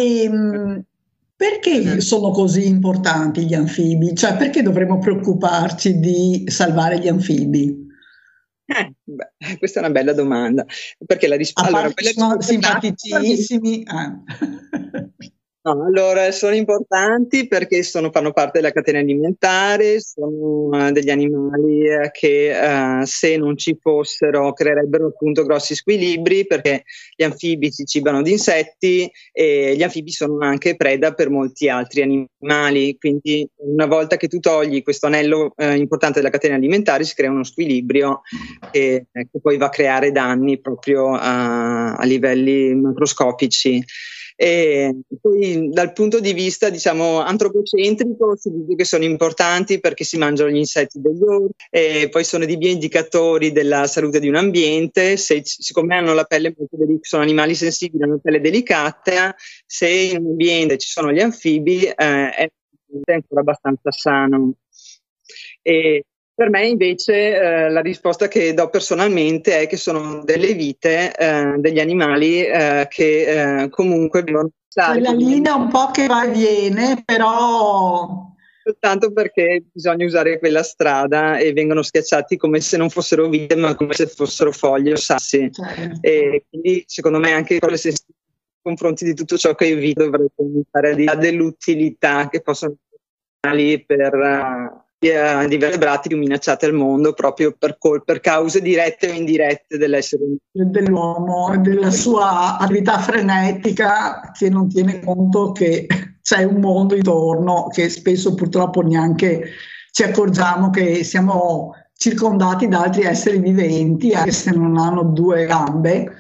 S2: perché sono così importanti gli anfibi? Cioè, perché dovremmo preoccuparci di salvare gli anfibi?
S7: Questa è una bella domanda, perché la risposta
S2: sono simpaticissimi.
S7: No, allora sono importanti perché fanno parte della catena alimentare, sono degli animali che se non ci fossero creerebbero appunto grossi squilibri, perché gli anfibi si cibano di insetti e gli anfibi sono anche preda per molti altri animali, quindi una volta che tu togli questo anello importante della catena alimentare si crea uno squilibrio che poi va a creare danni proprio a livelli macroscopici. E poi dal punto di vista diciamo antropocentrico si dice che sono importanti perché si mangiano gli insetti degli orsi e poi sono dei bioindicatori della salute di un ambiente. Siccome hanno la pelle molto delicata, sono animali sensibili, hanno la pelle delicata, se in un ambiente ci sono gli anfibi è ancora abbastanza sano. E per me invece la risposta che do personalmente è che sono delle vite degli animali che comunque devono stare.
S2: Quella linea un po' che va e viene, però
S7: soltanto perché bisogna usare quella strada e vengono schiacciati come se non fossero vite ma come se fossero foglie o sassi.
S2: Certo.
S7: E quindi secondo me anche con le sensibilità nei confronti di tutto ciò che io vedo dovrei cominciare a dire dell'utilità che possono essere per di vertebrati più minacciati al mondo proprio per cause dirette o indirette
S2: dell'uomo e della sua attività frenetica che non tiene conto che c'è un mondo intorno che spesso purtroppo neanche ci accorgiamo che siamo circondati da altri esseri viventi anche se non hanno due gambe.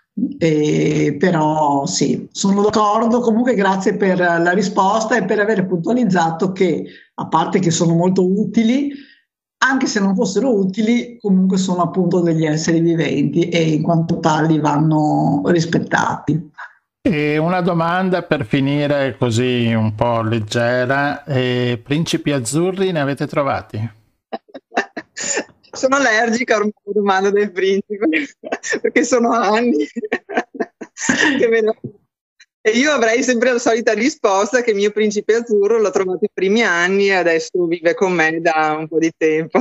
S2: Però sì, sono d'accordo. Comunque grazie per la risposta e per aver puntualizzato che a parte che sono molto utili, anche se non fossero utili comunque sono appunto degli esseri viventi e in quanto tali vanno rispettati.
S3: E una domanda per finire così un po' leggera: principi azzurri ne avete trovati?
S7: Sono allergica ormai alla domanda del principe perché sono anni che e io avrei sempre la solita risposta che il mio principe azzurro l'ho trovato i primi anni e adesso vive con me da un po' di tempo.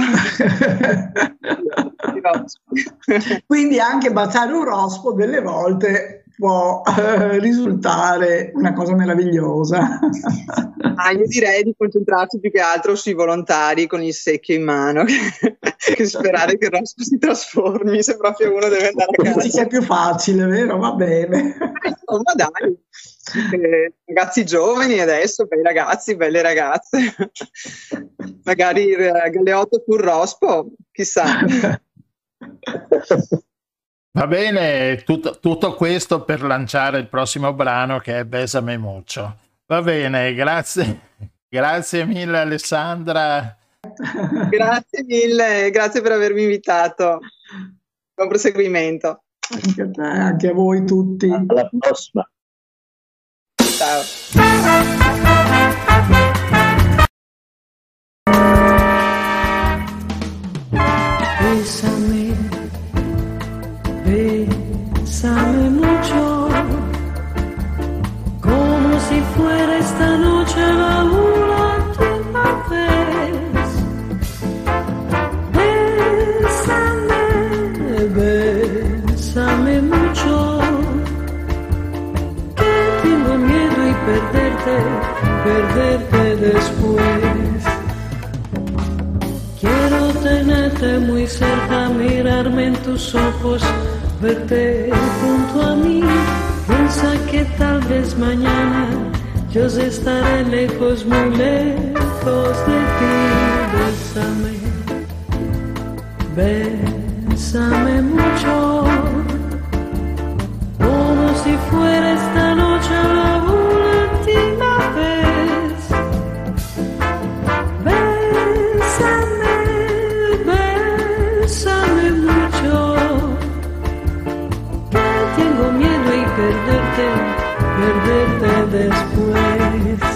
S2: Quindi anche baciare un rospo delle volte può risultare una cosa meravigliosa.
S7: Io direi di concentrarsi più che altro sui volontari con il secchio in mano che sperare che il rospo si trasformi se proprio uno deve andare a casa.
S2: Sì, che è più facile, vero? Va bene.
S7: Ma dai, ragazzi giovani adesso, bei ragazzi, belle ragazze, magari il galeotto sul rospo, chissà.
S3: Va bene, tutto questo per lanciare il prossimo brano che è Bésame mucho. Va bene, grazie mille Alessandra.
S7: Grazie mille, grazie per avermi invitato. Buon proseguimento.
S2: Anche a te, anche a voi tutti.
S4: Alla prossima.
S7: Ciao.
S5: Bésame, bésame mucho, como si fuera esta noche la última vez. Bésame, bésame mucho, que tengo miedo y perderte después. Quiero tenerte muy cerca, mirarme en tus ojos, verte junto a mí. Piensa que tal vez mañana yo estaré lejos, muy lejos de ti. Bésame, bésame mucho, como si fuera esta noche la última vez. Bésame, bésame mucho, que tengo miedo y perderte después.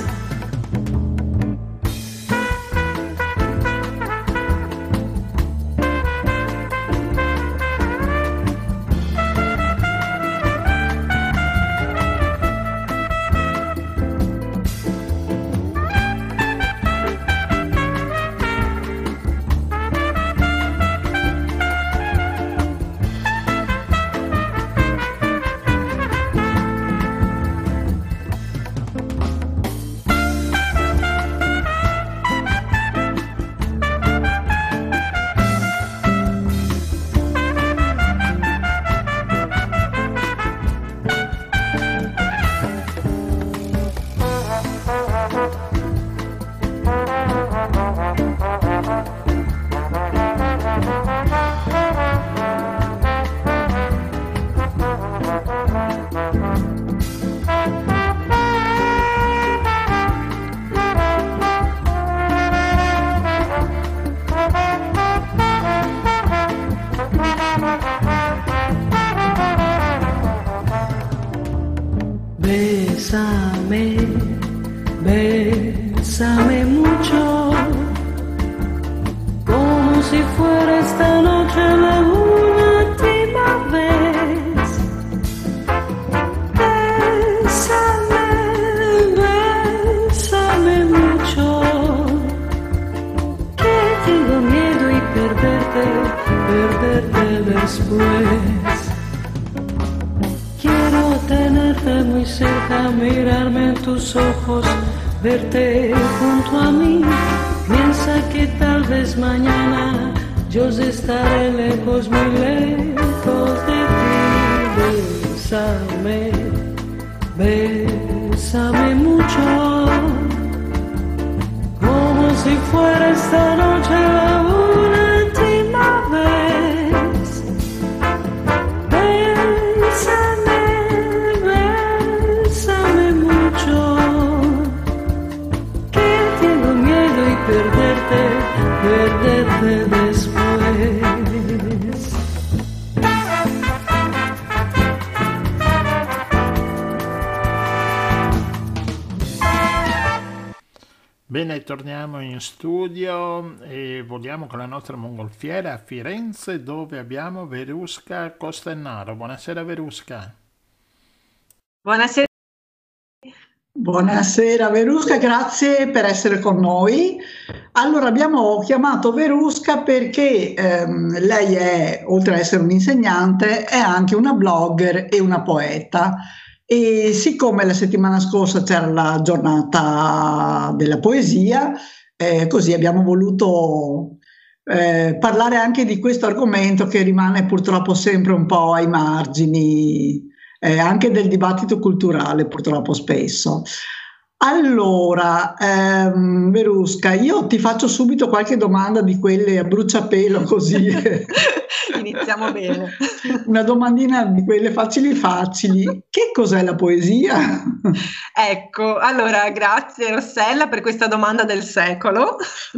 S5: bésame mucho, como si fuera esta noche la última vez. Bésame mucho, que tengo miedo y perderte después. Quiero tenerte muy cerca, mirarme en tus ojos, verte junto a mí. Piensa que tal vez mañana yo estaré lejos, muy lejos de ti. Bésame, bésame mucho, como si fuera esta noche la última vez. Bésame mucho, que tengo miedo y perderte después.
S3: Bene, torniamo in studio e voliamo con la nostra mongolfiera a Firenze, dove abbiamo Verusca Costennaro. Buonasera Verusca.
S8: Buonasera.
S2: Buonasera Verusca, grazie per essere con noi. Allora, abbiamo chiamato Verusca perché lei è, oltre ad essere un'insegnante, è anche una blogger e una poeta. E siccome la settimana scorsa c'era la giornata della poesia, così abbiamo voluto parlare anche di questo argomento che rimane purtroppo sempre un po' ai margini, anche del dibattito culturale, purtroppo spesso. Allora, Verusca, io ti faccio subito qualche domanda di quelle a bruciapelo, così.
S8: Iniziamo bene.
S2: Una domandina di quelle facili facili. Che cos'è la poesia?
S8: Ecco, allora grazie Rossella per questa domanda del secolo.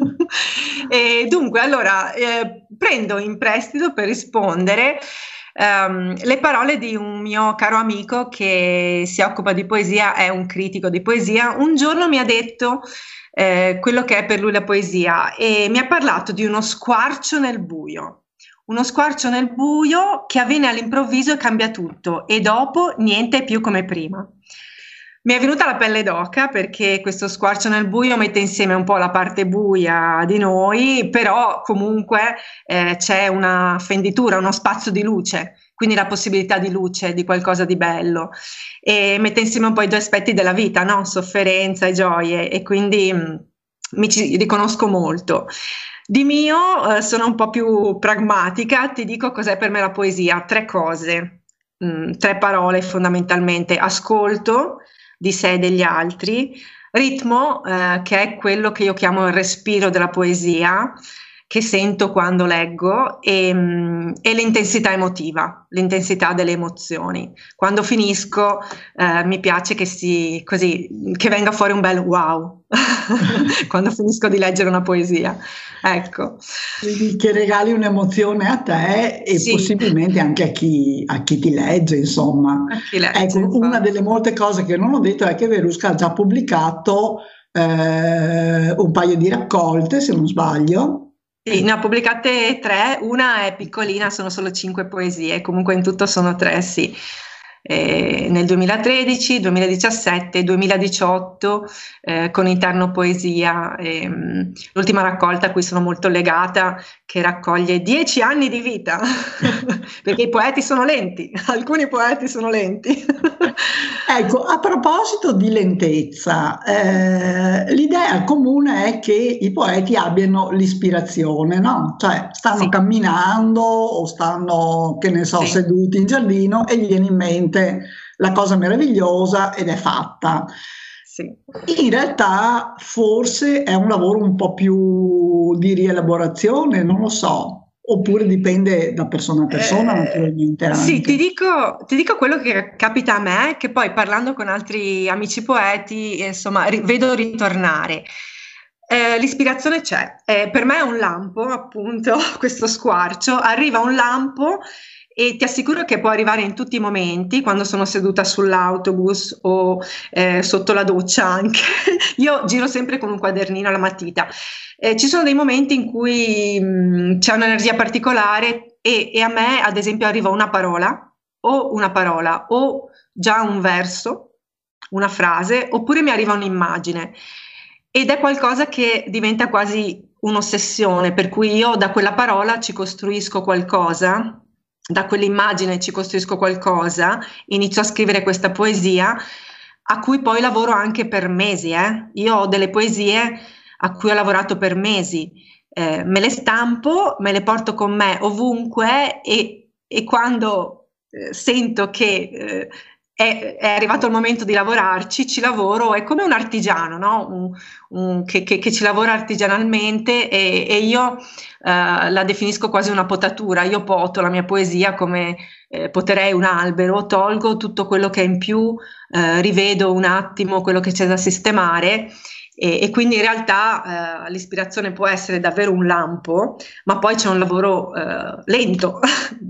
S8: E dunque, allora, prendo in prestito per rispondere le parole di un mio caro amico che si occupa di poesia, è un critico di poesia. Un giorno mi ha detto quello che è per lui la poesia e mi ha parlato di uno squarcio nel buio. Uno squarcio nel buio che avviene all'improvviso e cambia tutto, e dopo niente è più come prima. Mi è venuta la pelle d'oca perché questo squarcio nel buio mette insieme un po' la parte buia di noi, però comunque c'è una fenditura, uno spazio di luce, quindi la possibilità di luce, di qualcosa di bello, e mette insieme un po' i due aspetti della vita, no? Sofferenza e gioie, e quindi mi ci riconosco molto. Di mio sono un po' più pragmatica, ti dico cos'è per me la poesia: tre cose, tre parole fondamentalmente: ascolto di sé e degli altri, ritmo, che è quello che io chiamo il respiro della poesia, che sento quando leggo, e l'intensità emotiva, l'intensità delle emozioni. Quando finisco mi piace che venga fuori un bel wow quando finisco di leggere una poesia, ecco.
S2: Quindi che regali un'emozione a te e sì, possibilmente anche a chi ti legge, insomma. Ecco, una delle molte cose che non ho detto è che Verusca ha già pubblicato un paio di raccolte, se non sbaglio.
S8: Sì, ne ho pubblicate 3, una è piccolina, sono solo 5 poesie, comunque in tutto sono 3, sì. Nel 2013, 2017, 2018 con Interno Poesia, l'ultima raccolta a cui sono molto legata, che raccoglie 10 anni di vita perché i poeti sono lenti, alcuni poeti sono lenti.
S2: Ecco, a proposito di lentezza, l'idea comune è che i poeti abbiano l'ispirazione, no? Cioè stanno camminando o stanno, che ne so, seduti in giardino e gli viene in mente la cosa meravigliosa ed è fatta. In realtà forse è un lavoro un po' più di rielaborazione, non lo so, oppure dipende da persona a persona, naturalmente. Anche.
S8: Sì, ti dico quello che capita a me, che poi parlando con altri amici poeti, insomma, vedo ritornare. L'ispirazione c'è, per me è un lampo, appunto, questo squarcio, arriva un lampo e ti assicuro che può arrivare in tutti i momenti, quando sono seduta sull'autobus o sotto la doccia anche. Io giro sempre con un quadernino alla matita. Ci sono dei momenti in cui c'è un'energia particolare e a me, ad esempio, arriva una parola o già un verso, una frase, oppure mi arriva un'immagine. Ed è qualcosa che diventa quasi un'ossessione, per cui io da quella parola ci costruisco qualcosa, da quell'immagine ci costruisco qualcosa, inizio a scrivere questa poesia a cui poi lavoro anche per mesi. Io ho delle poesie a cui ho lavorato per mesi, me le stampo, me le porto con me ovunque e quando sento che è arrivato il momento di lavorarci, ci lavoro, è come un artigiano, no? Che ci lavora artigianalmente e io la definisco quasi una potatura. Io poto la mia poesia come poterei un albero, tolgo tutto quello che è in più, rivedo un attimo quello che c'è da sistemare e quindi in realtà l'ispirazione può essere davvero un lampo, ma poi c'è un lavoro lento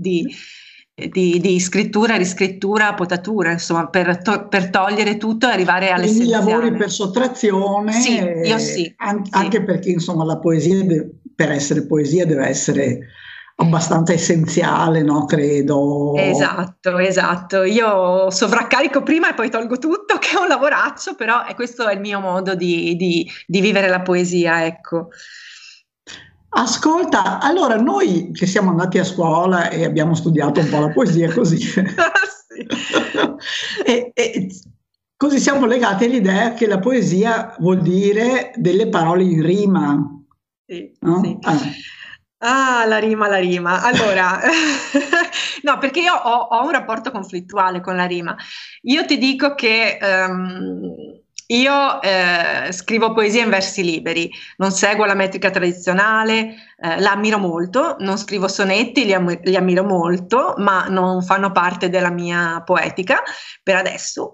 S8: di scrittura, riscrittura, potatura, insomma, per togliere tutto e arrivare all'essenziale.
S2: Quindi lavori per sottrazione?
S8: Sì, io sì.
S2: Anche
S8: sì.
S2: Perché insomma la poesia, per essere poesia, deve essere abbastanza essenziale, no? Credo.
S8: Esatto. Io sovraccarico prima e poi tolgo tutto, che è un lavoraccio, però questo è il mio modo di vivere la poesia, ecco.
S2: Ascolta, allora noi che siamo andati a scuola e abbiamo studiato un po' la poesia così,
S8: Sì.
S2: e così siamo legati all'idea che la poesia vuol dire delle parole in rima.
S8: Sì,
S2: no?
S8: sì. La rima. Allora, no, perché io ho un rapporto conflittuale con la rima. Io ti dico che io scrivo poesia in versi liberi, non seguo la metrica tradizionale, la ammiro molto, non scrivo sonetti, li ammiro molto, ma non fanno parte della mia poetica per adesso.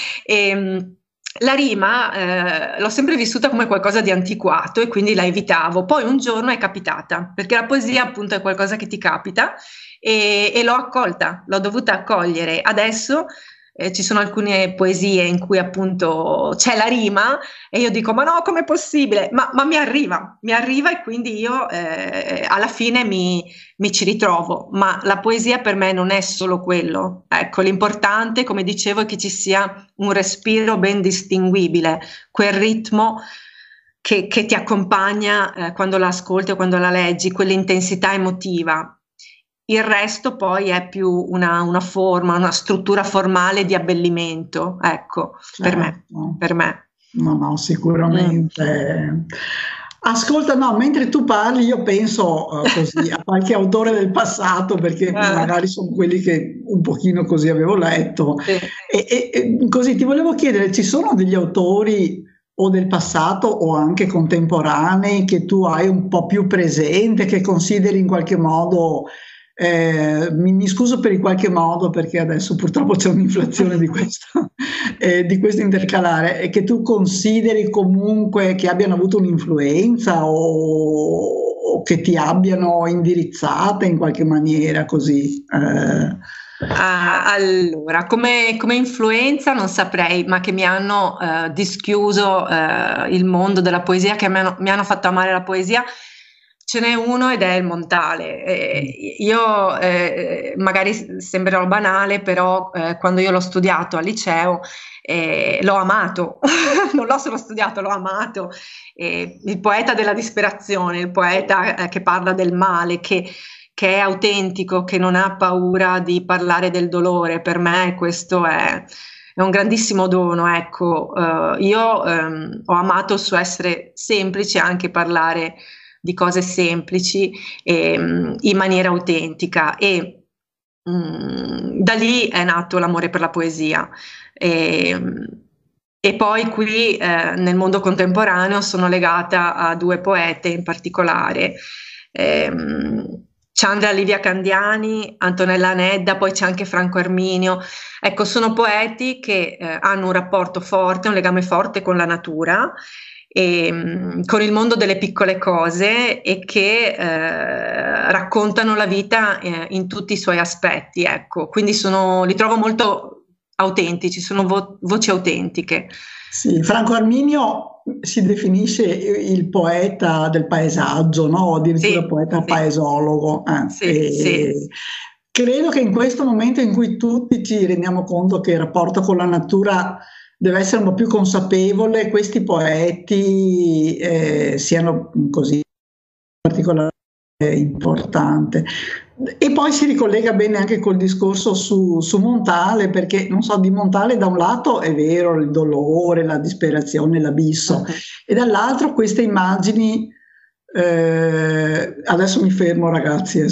S8: La rima l'ho sempre vissuta come qualcosa di antiquato e quindi la evitavo. Poi un giorno è capitata, perché la poesia appunto è qualcosa che ti capita e l'ho accolta, l'ho dovuta accogliere. Adesso ci sono alcune poesie in cui appunto c'è la rima e io dico ma no, com'è possibile? Ma mi arriva e quindi io alla fine mi ci ritrovo, ma la poesia per me non è solo quello, ecco, l'importante, come dicevo, è che ci sia un respiro ben distinguibile, quel ritmo che ti accompagna quando la ascolti o quando la leggi, quell'intensità emotiva. Il resto poi è più una forma, una struttura formale di abbellimento, ecco, certo. per me.
S2: No, sicuramente. Ascolta, no, mentre tu parli io penso così a qualche autore del passato, perché magari sono quelli che un pochino così avevo letto.
S8: Sì.
S2: E così ti volevo chiedere, ci sono degli autori o del passato o anche contemporanei che tu hai un po' più presente, che consideri in qualche modo... mi scuso per in qualche modo perché adesso purtroppo c'è un'inflazione di questo intercalare, e che tu consideri comunque che abbiano avuto un'influenza o che ti abbiano indirizzata in qualche maniera così.
S8: Allora, come influenza non saprei, ma che mi hanno dischiuso il mondo della poesia, che mi hanno fatto amare la poesia. Ce n'è uno ed è il Montale. Io magari sembrerò banale, però quando io l'ho studiato al liceo l'ho amato, non l'ho solo studiato, l'ho amato. Il poeta della disperazione, il poeta che parla del male, che è autentico, che non ha paura di parlare del dolore. Per me questo è un grandissimo dono, ecco. Io ho amato il suo essere semplice, anche parlare di cose semplici in maniera autentica, e da lì è nato l'amore per la poesia. E poi qui nel mondo contemporaneo sono legata a due poete in particolare, Chandra Livia Candiani, Antonella Nedda, poi c'è anche Franco Erminio. Ecco, sono poeti che hanno un rapporto forte, un legame forte con la natura, con il mondo delle piccole cose e che raccontano la vita in tutti i suoi aspetti, ecco. Quindi li trovo molto autentici, sono voci autentiche.
S2: Sì, Franco Arminio si definisce il poeta del paesaggio, no? Addirittura
S8: Sì,
S2: poeta
S8: sì.
S2: paesologo.
S8: Sì.
S2: Credo che in questo momento in cui tutti ci rendiamo conto che il rapporto con la natura deve essere un po' più consapevole, questi poeti siano così particolarmente importante. E poi si ricollega bene anche col discorso su Montale, perché non so, di Montale da un lato è vero il dolore, la disperazione, l'abisso, e dall'altro queste immagini, adesso mi fermo ragazzi,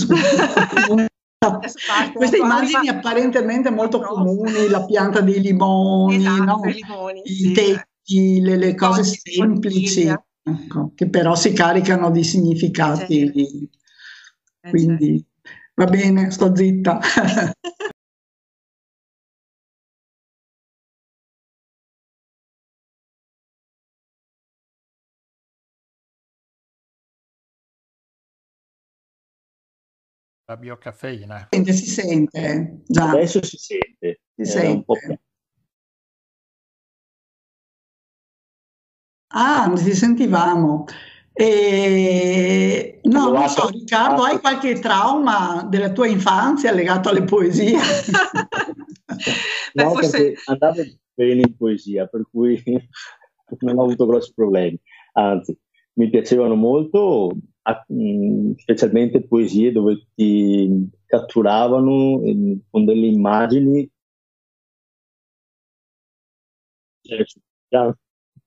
S2: queste immagini apparentemente molto comuni, la pianta dei limoni,
S8: esatto,
S2: no?
S8: i limoni,
S2: I tetti, le cose semplici, ecco, che però si caricano di significati. Quindi va bene, sto zitta.
S3: La biocaffeina.
S2: Si sente, già.
S4: Adesso si sente.
S2: Si sente.
S4: Un po'.
S2: Ah, ci sentivamo. No, non so, Riccardo, hai qualche trauma della tua infanzia legato alle poesie?
S4: No, perché andavo bene in poesia, per cui non ho avuto grossi problemi. Anzi, mi piacevano molto, specialmente poesie dove ti catturavano con delle immagini.
S2: Già.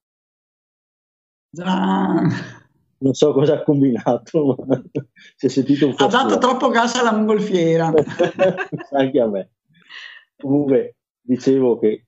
S4: Non so cosa ha combinato, ma si è sentito un po'.
S2: Ha dato troppo gas alla mongolfiera.
S4: Anche a me. Comunque dicevo che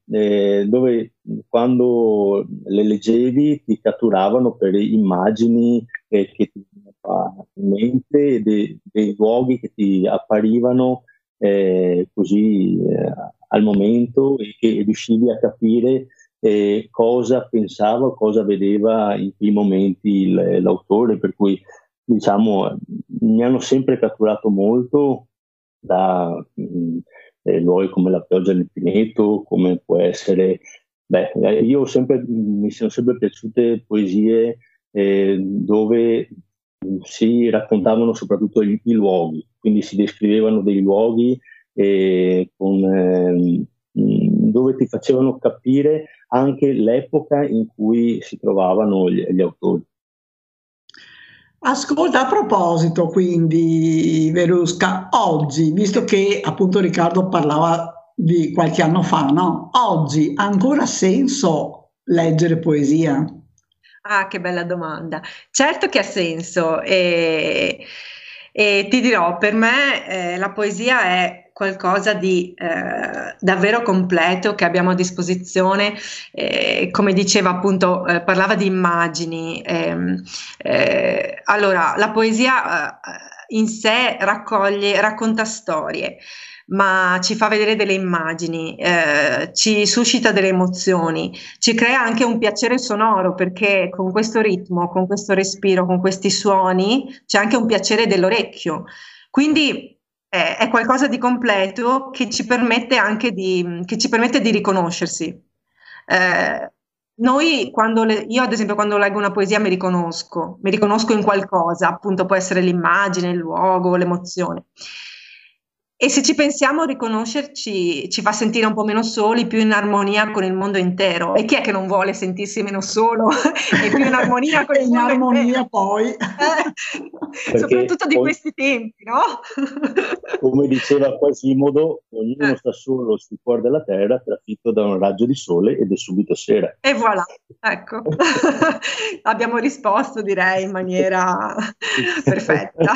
S4: quando le leggevi ti catturavano per immagini che ti venivano in mente, dei luoghi che ti apparivano così al momento e che riuscivi a capire cosa pensava, cosa vedeva in quei momenti l'autore, per cui diciamo mi hanno sempre catturato molto da luoghi come La pioggia nel pineto, come può essere, mi sono sempre piaciute poesie dove si raccontavano soprattutto i luoghi, quindi si descrivevano dei luoghi dove ti facevano capire anche l'epoca in cui si trovavano gli autori.
S2: Ascolta, a proposito quindi, Verusca, oggi, visto che appunto Riccardo parlava di qualche anno fa, no? Oggi ha ancora senso leggere poesia?
S8: Ah, che bella domanda. Certo che ha senso e ti dirò, per me la poesia è qualcosa di davvero completo che abbiamo a disposizione, come diceva appunto, parlava di immagini. Allora, la poesia in sé racconta storie, ma ci fa vedere delle immagini, ci suscita delle emozioni, ci crea anche un piacere sonoro, perché con questo ritmo, con questo respiro, con questi suoni c'è anche un piacere dell'orecchio. Quindi è qualcosa di completo che ci permette anche di riconoscersi. Io ad esempio quando leggo una poesia mi riconosco in qualcosa, appunto può essere l'immagine, il luogo, l'emozione. E se ci pensiamo, riconoscerci ci fa sentire un po' meno soli, più in armonia con il mondo intero. E chi è che non vuole sentirsi meno solo e più in armonia con il mondo intero?
S2: Poi.
S8: Soprattutto di questi tempi, no?
S4: Come diceva Quasimodo, ognuno sta solo sul cuore della terra, trafitto da un raggio di sole ed è subito sera.
S8: E voilà, ecco. Abbiamo risposto, direi, in maniera perfetta.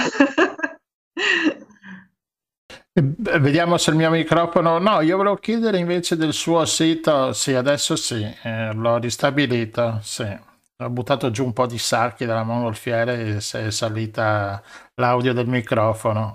S3: Vediamo se il mio microfono. No, io volevo chiedere invece del suo sito. Sì, adesso sì, l'ho ristabilito. Sì. Ho buttato giù un po' di sacchi dalla mongolfiera e si è salita l'audio del microfono.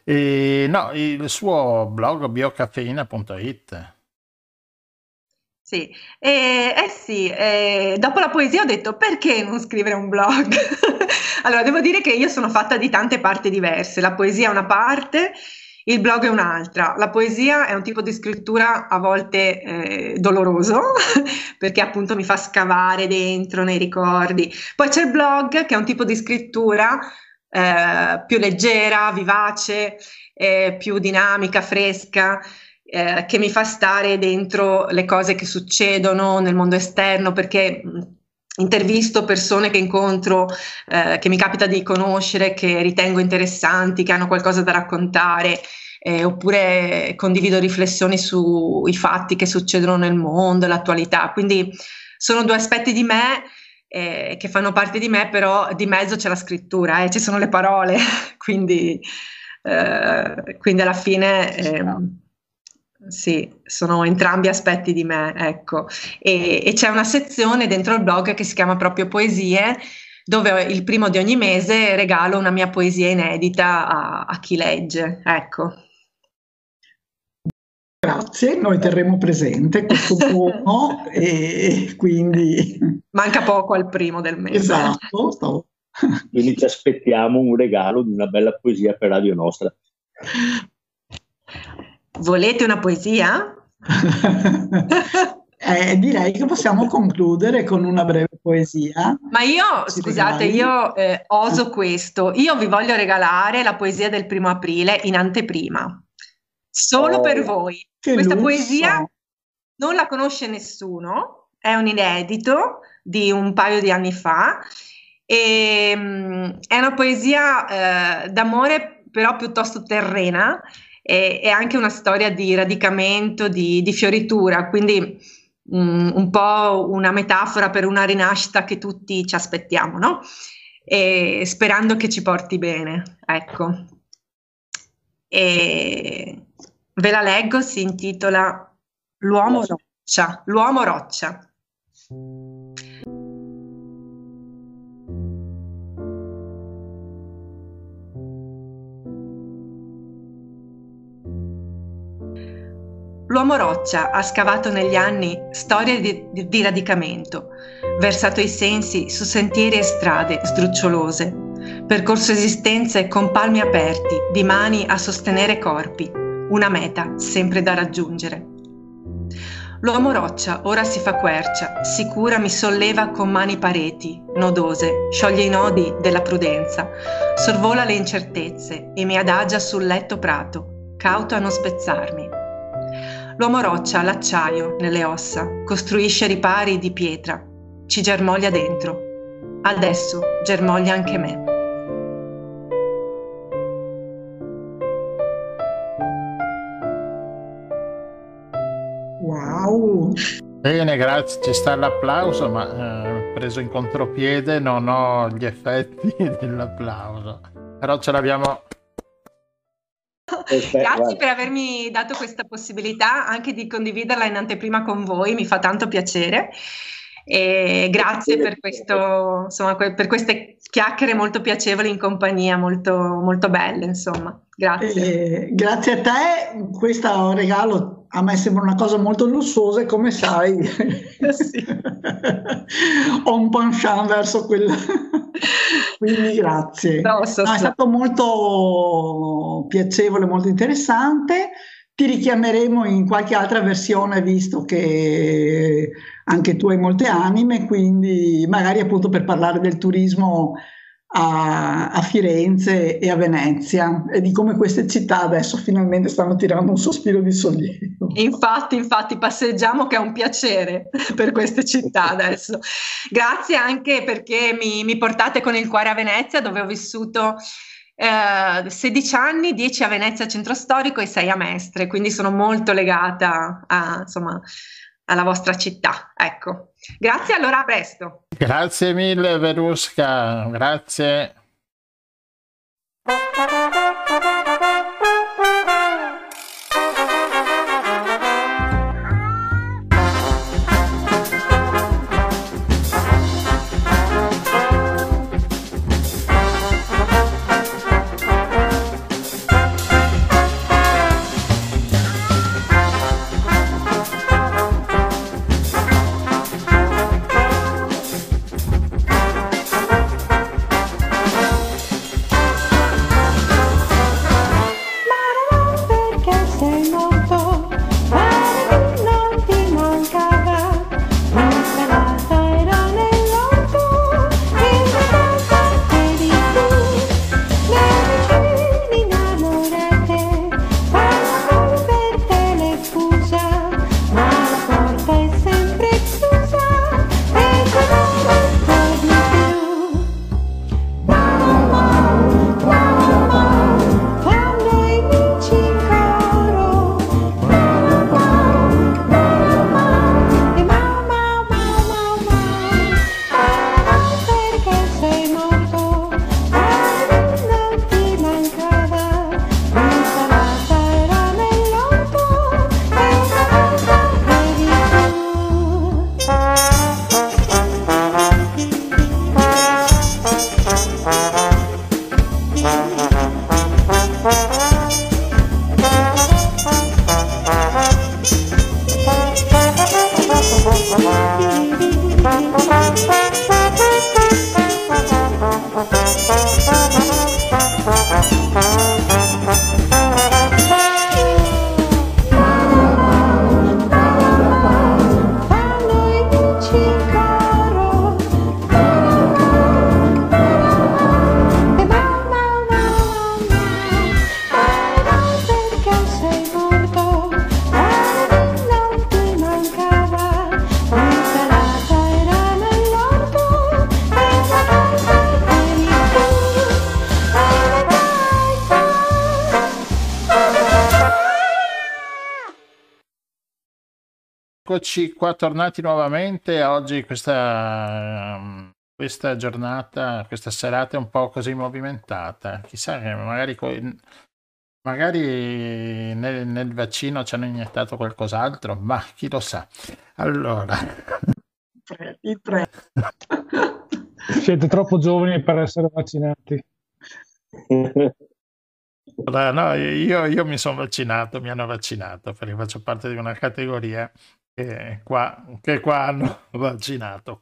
S3: E, no, il suo blog biocaffeina.it.
S8: Sì, sì, dopo la poesia ho detto perché non scrivere un blog? Allora, devo dire che io sono fatta di tante parti diverse, la poesia è una parte, il blog è un'altra. La poesia è un tipo di scrittura a volte doloroso, perché appunto mi fa scavare dentro nei ricordi. Poi c'è il blog che è un tipo di scrittura più leggera, vivace, più dinamica, fresca, che mi fa stare dentro le cose che succedono nel mondo esterno, perché intervisto persone che incontro, che mi capita di conoscere, che ritengo interessanti, che hanno qualcosa da raccontare, oppure condivido riflessioni sui fatti che succedono nel mondo, l'attualità. Quindi sono due aspetti di me che fanno parte di me, però di mezzo c'è la scrittura, ci sono le parole, quindi alla fine sì, sono entrambi aspetti di me, ecco. E c'è una sezione dentro il blog che si chiama proprio Poesie, dove il primo di ogni mese regalo una mia poesia inedita a chi legge, ecco.
S2: Grazie, noi terremo presente questo buono e quindi...
S8: Manca poco al primo del mese.
S2: Esatto.
S4: Quindi ci aspettiamo un regalo di una bella poesia per Radio Nostra.
S8: Volete una poesia?
S2: Direi che possiamo concludere con una breve poesia.
S8: Ma io, scusate, io oso questo. Io vi voglio regalare la poesia del 1° aprile in anteprima. Solo per voi. Questa
S2: lusso.
S8: Poesia non la conosce nessuno, è un inedito di un paio di anni fa. È una poesia d'amore, però piuttosto terrena. È anche una storia di radicamento, di fioritura, quindi un po' una metafora per una rinascita che tutti ci aspettiamo, no? E sperando che ci porti bene, ecco. E ve la leggo, si intitola L'uomo roccia. L'uomo roccia. L'uomo roccia ha scavato negli anni storie di radicamento, versato i sensi su sentieri e strade sdrucciolose, percorso esistenze con palmi aperti, di mani a sostenere corpi, una meta sempre da raggiungere. L'uomo roccia ora si fa quercia, si cura, mi solleva con mani pareti, nodose, scioglie i nodi della prudenza, sorvola le incertezze e mi adagia sul letto prato, cauto a non spezzarmi. L'uomo roccia ha l'acciaio nelle ossa, costruisce ripari di pietra, ci germoglia dentro. Adesso germoglia anche me.
S2: Wow!
S3: Bene, grazie, ci sta l'applauso, ma preso in contropiede non ho gli effetti dell'applauso, però ce l'abbiamo.
S8: Grazie per avermi dato questa possibilità anche di condividerla in anteprima con voi, mi fa tanto piacere e grazie per questo, insomma, per queste chiacchiere molto piacevoli in compagnia, molto, molto belle, insomma. Grazie.
S2: Grazie a te, questo regalo a me sembra una cosa molto lussuosa e come sai
S8: Sì.
S2: ho un penchant verso quella. Quindi grazie. No, è stato molto piacevole, molto interessante. Ti richiameremo in qualche altra versione, visto che anche tu hai molte anime, quindi magari appunto per parlare del turismo a Firenze e a Venezia e di come queste città adesso finalmente stanno tirando un sospiro di sollievo.
S8: Infatti passeggiamo, che è un piacere per queste città adesso. Grazie anche perché mi portate con il cuore a Venezia, dove ho vissuto 16 anni, 10 a Venezia Centro Storico e 6 a Mestre, quindi sono molto legata alla vostra città, ecco. Grazie, allora a presto.
S3: Grazie mille Verusca, grazie. Eccoci qua tornati nuovamente. Oggi questa giornata, questa serata è un po' così movimentata. Chissà che magari nel vaccino ci hanno iniettato qualcos'altro, ma chi lo sa. Allora,
S2: I tre.
S9: Siete troppo giovani per essere vaccinati.
S3: no, io mi sono vaccinato, mi hanno vaccinato perché faccio parte di una categoria che qua hanno vaccinato.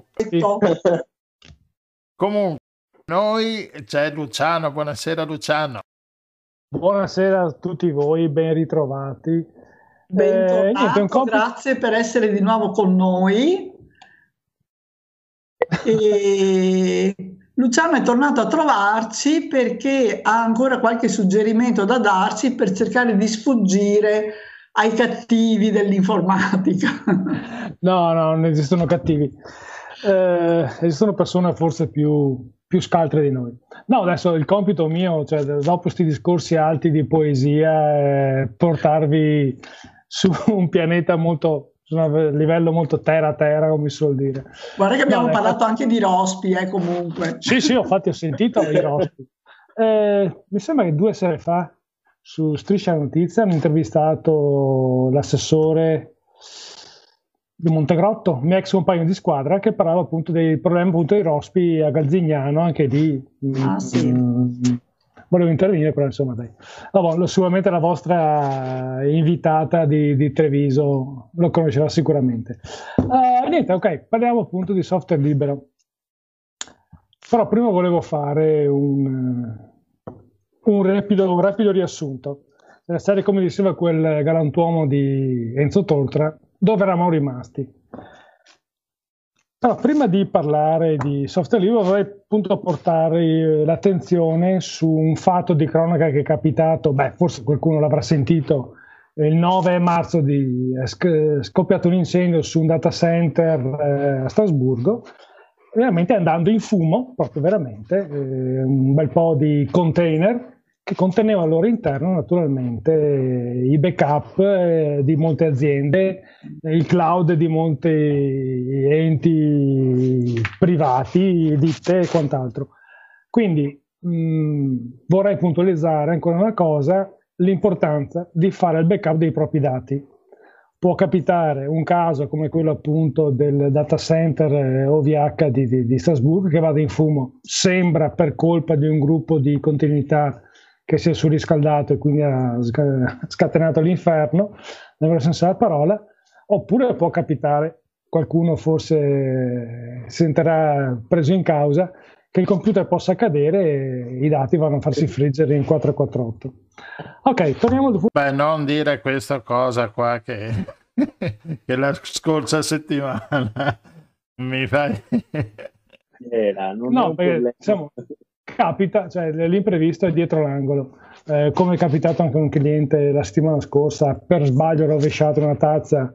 S3: Comunque, noi c'è Luciano. Buonasera Luciano.
S9: Buonasera a tutti voi, ben ritrovati.
S2: Bentornato, grazie per essere di nuovo con noi. E Luciano è tornato a trovarci perché ha ancora qualche suggerimento da darci per cercare di sfuggire ai cattivi dell'informatica.
S9: No, non esistono cattivi. Esistono persone forse più scaltre di noi. No, adesso il compito mio, cioè, dopo questi discorsi alti di poesia, è portarvi su un pianeta su un livello molto terra-terra, come si suol dire.
S2: Guarda che abbiamo parlato anche di rospi, comunque.
S9: Sì, infatti ho sentito i rospi. Mi sembra che 2 sere fa su Striscia Notizia hanno intervistato l'assessore di Montegrotto, mio ex compagno di squadra, che parlava appunto dei problemi appunto dei rospi a Galzignano, anche di volevo intervenire, però insomma dai. Sicuramente la vostra invitata di Treviso lo conoscerà sicuramente. Niente, ok, parliamo appunto di software libero. Però prima volevo fare un rapido riassunto della serie, come diceva quel galantuomo di Enzo Tortora, dove eravamo rimasti. Però prima di parlare di software libero vorrei appunto portare l'attenzione su un fatto di cronaca che è capitato, forse qualcuno l'avrà sentito, il 9 marzo è scoppiato un incendio su un data center a Strasburgo, veramente andando in fumo, proprio veramente, un bel po' di container che conteneva al loro interno naturalmente i backup di molte aziende, il cloud di molti enti privati, ditte e quant'altro. Quindi vorrei puntualizzare ancora una cosa, l'importanza di fare il backup dei propri dati. Può capitare un caso come quello appunto del data center OVH di Strasburgo che vada in fumo, sembra per colpa di un gruppo di continuità che si è surriscaldato e quindi ha scatenato l'inferno, nel vero senso della parola, oppure può capitare, qualcuno forse si sentirà preso in causa, che il computer possa cadere e i dati vanno a farsi friggere in 448. Ok, torniamo dopo.
S3: Non dire questa cosa qua che la scorsa settimana mi fai...
S9: No, perché capita, cioè l'imprevisto è dietro l'angolo, come è capitato anche a un cliente la settimana scorsa, per sbaglio rovesciato una tazza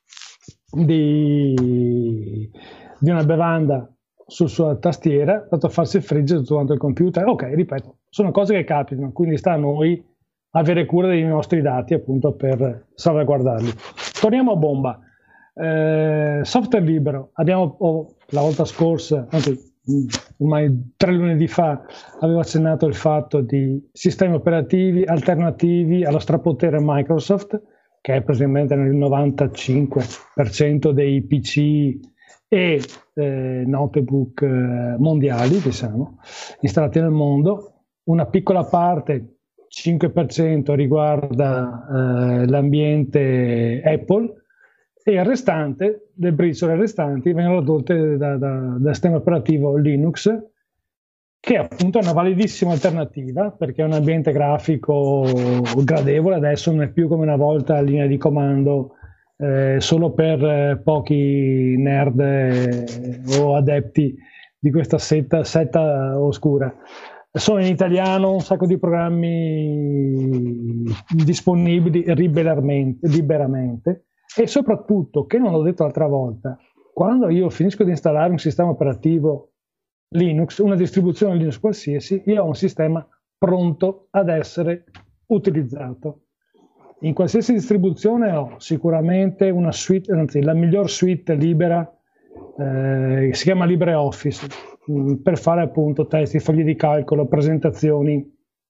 S9: di una bevanda sulla sua tastiera, ha fatto farsi friggere tutto quanto il computer. Ok, ripeto, sono cose che capitano, quindi sta a noi avere cura dei nostri dati appunto per salvaguardarli. Torniamo a bomba. Software libero, abbiamo la volta scorsa, anzi ormai 3 lunedì fa, avevo accennato il fatto di sistemi operativi alternativi allo strapotere Microsoft, che è praticamente nel 95% dei PC e notebook mondiali, diciamo, installati nel mondo. Una piccola parte, 5%, riguarda l'ambiente Apple, e il restante, le briciole restanti, vengono tradotte dal sistema operativo Linux, che appunto è una validissima alternativa perché è un ambiente grafico gradevole. Adesso non è più come una volta linea di comando solo per pochi nerd o adepti di questa setta oscura. Sono in italiano un sacco di programmi disponibili liberamente, e soprattutto, che non l'ho detto l'altra volta, quando io finisco di installare un sistema operativo Linux, una distribuzione Linux qualsiasi, io ho un sistema pronto ad essere utilizzato. In qualsiasi distribuzione ho sicuramente una suite, anzi la miglior suite libera, si chiama LibreOffice, per fare appunto testi, fogli di calcolo, presentazioni,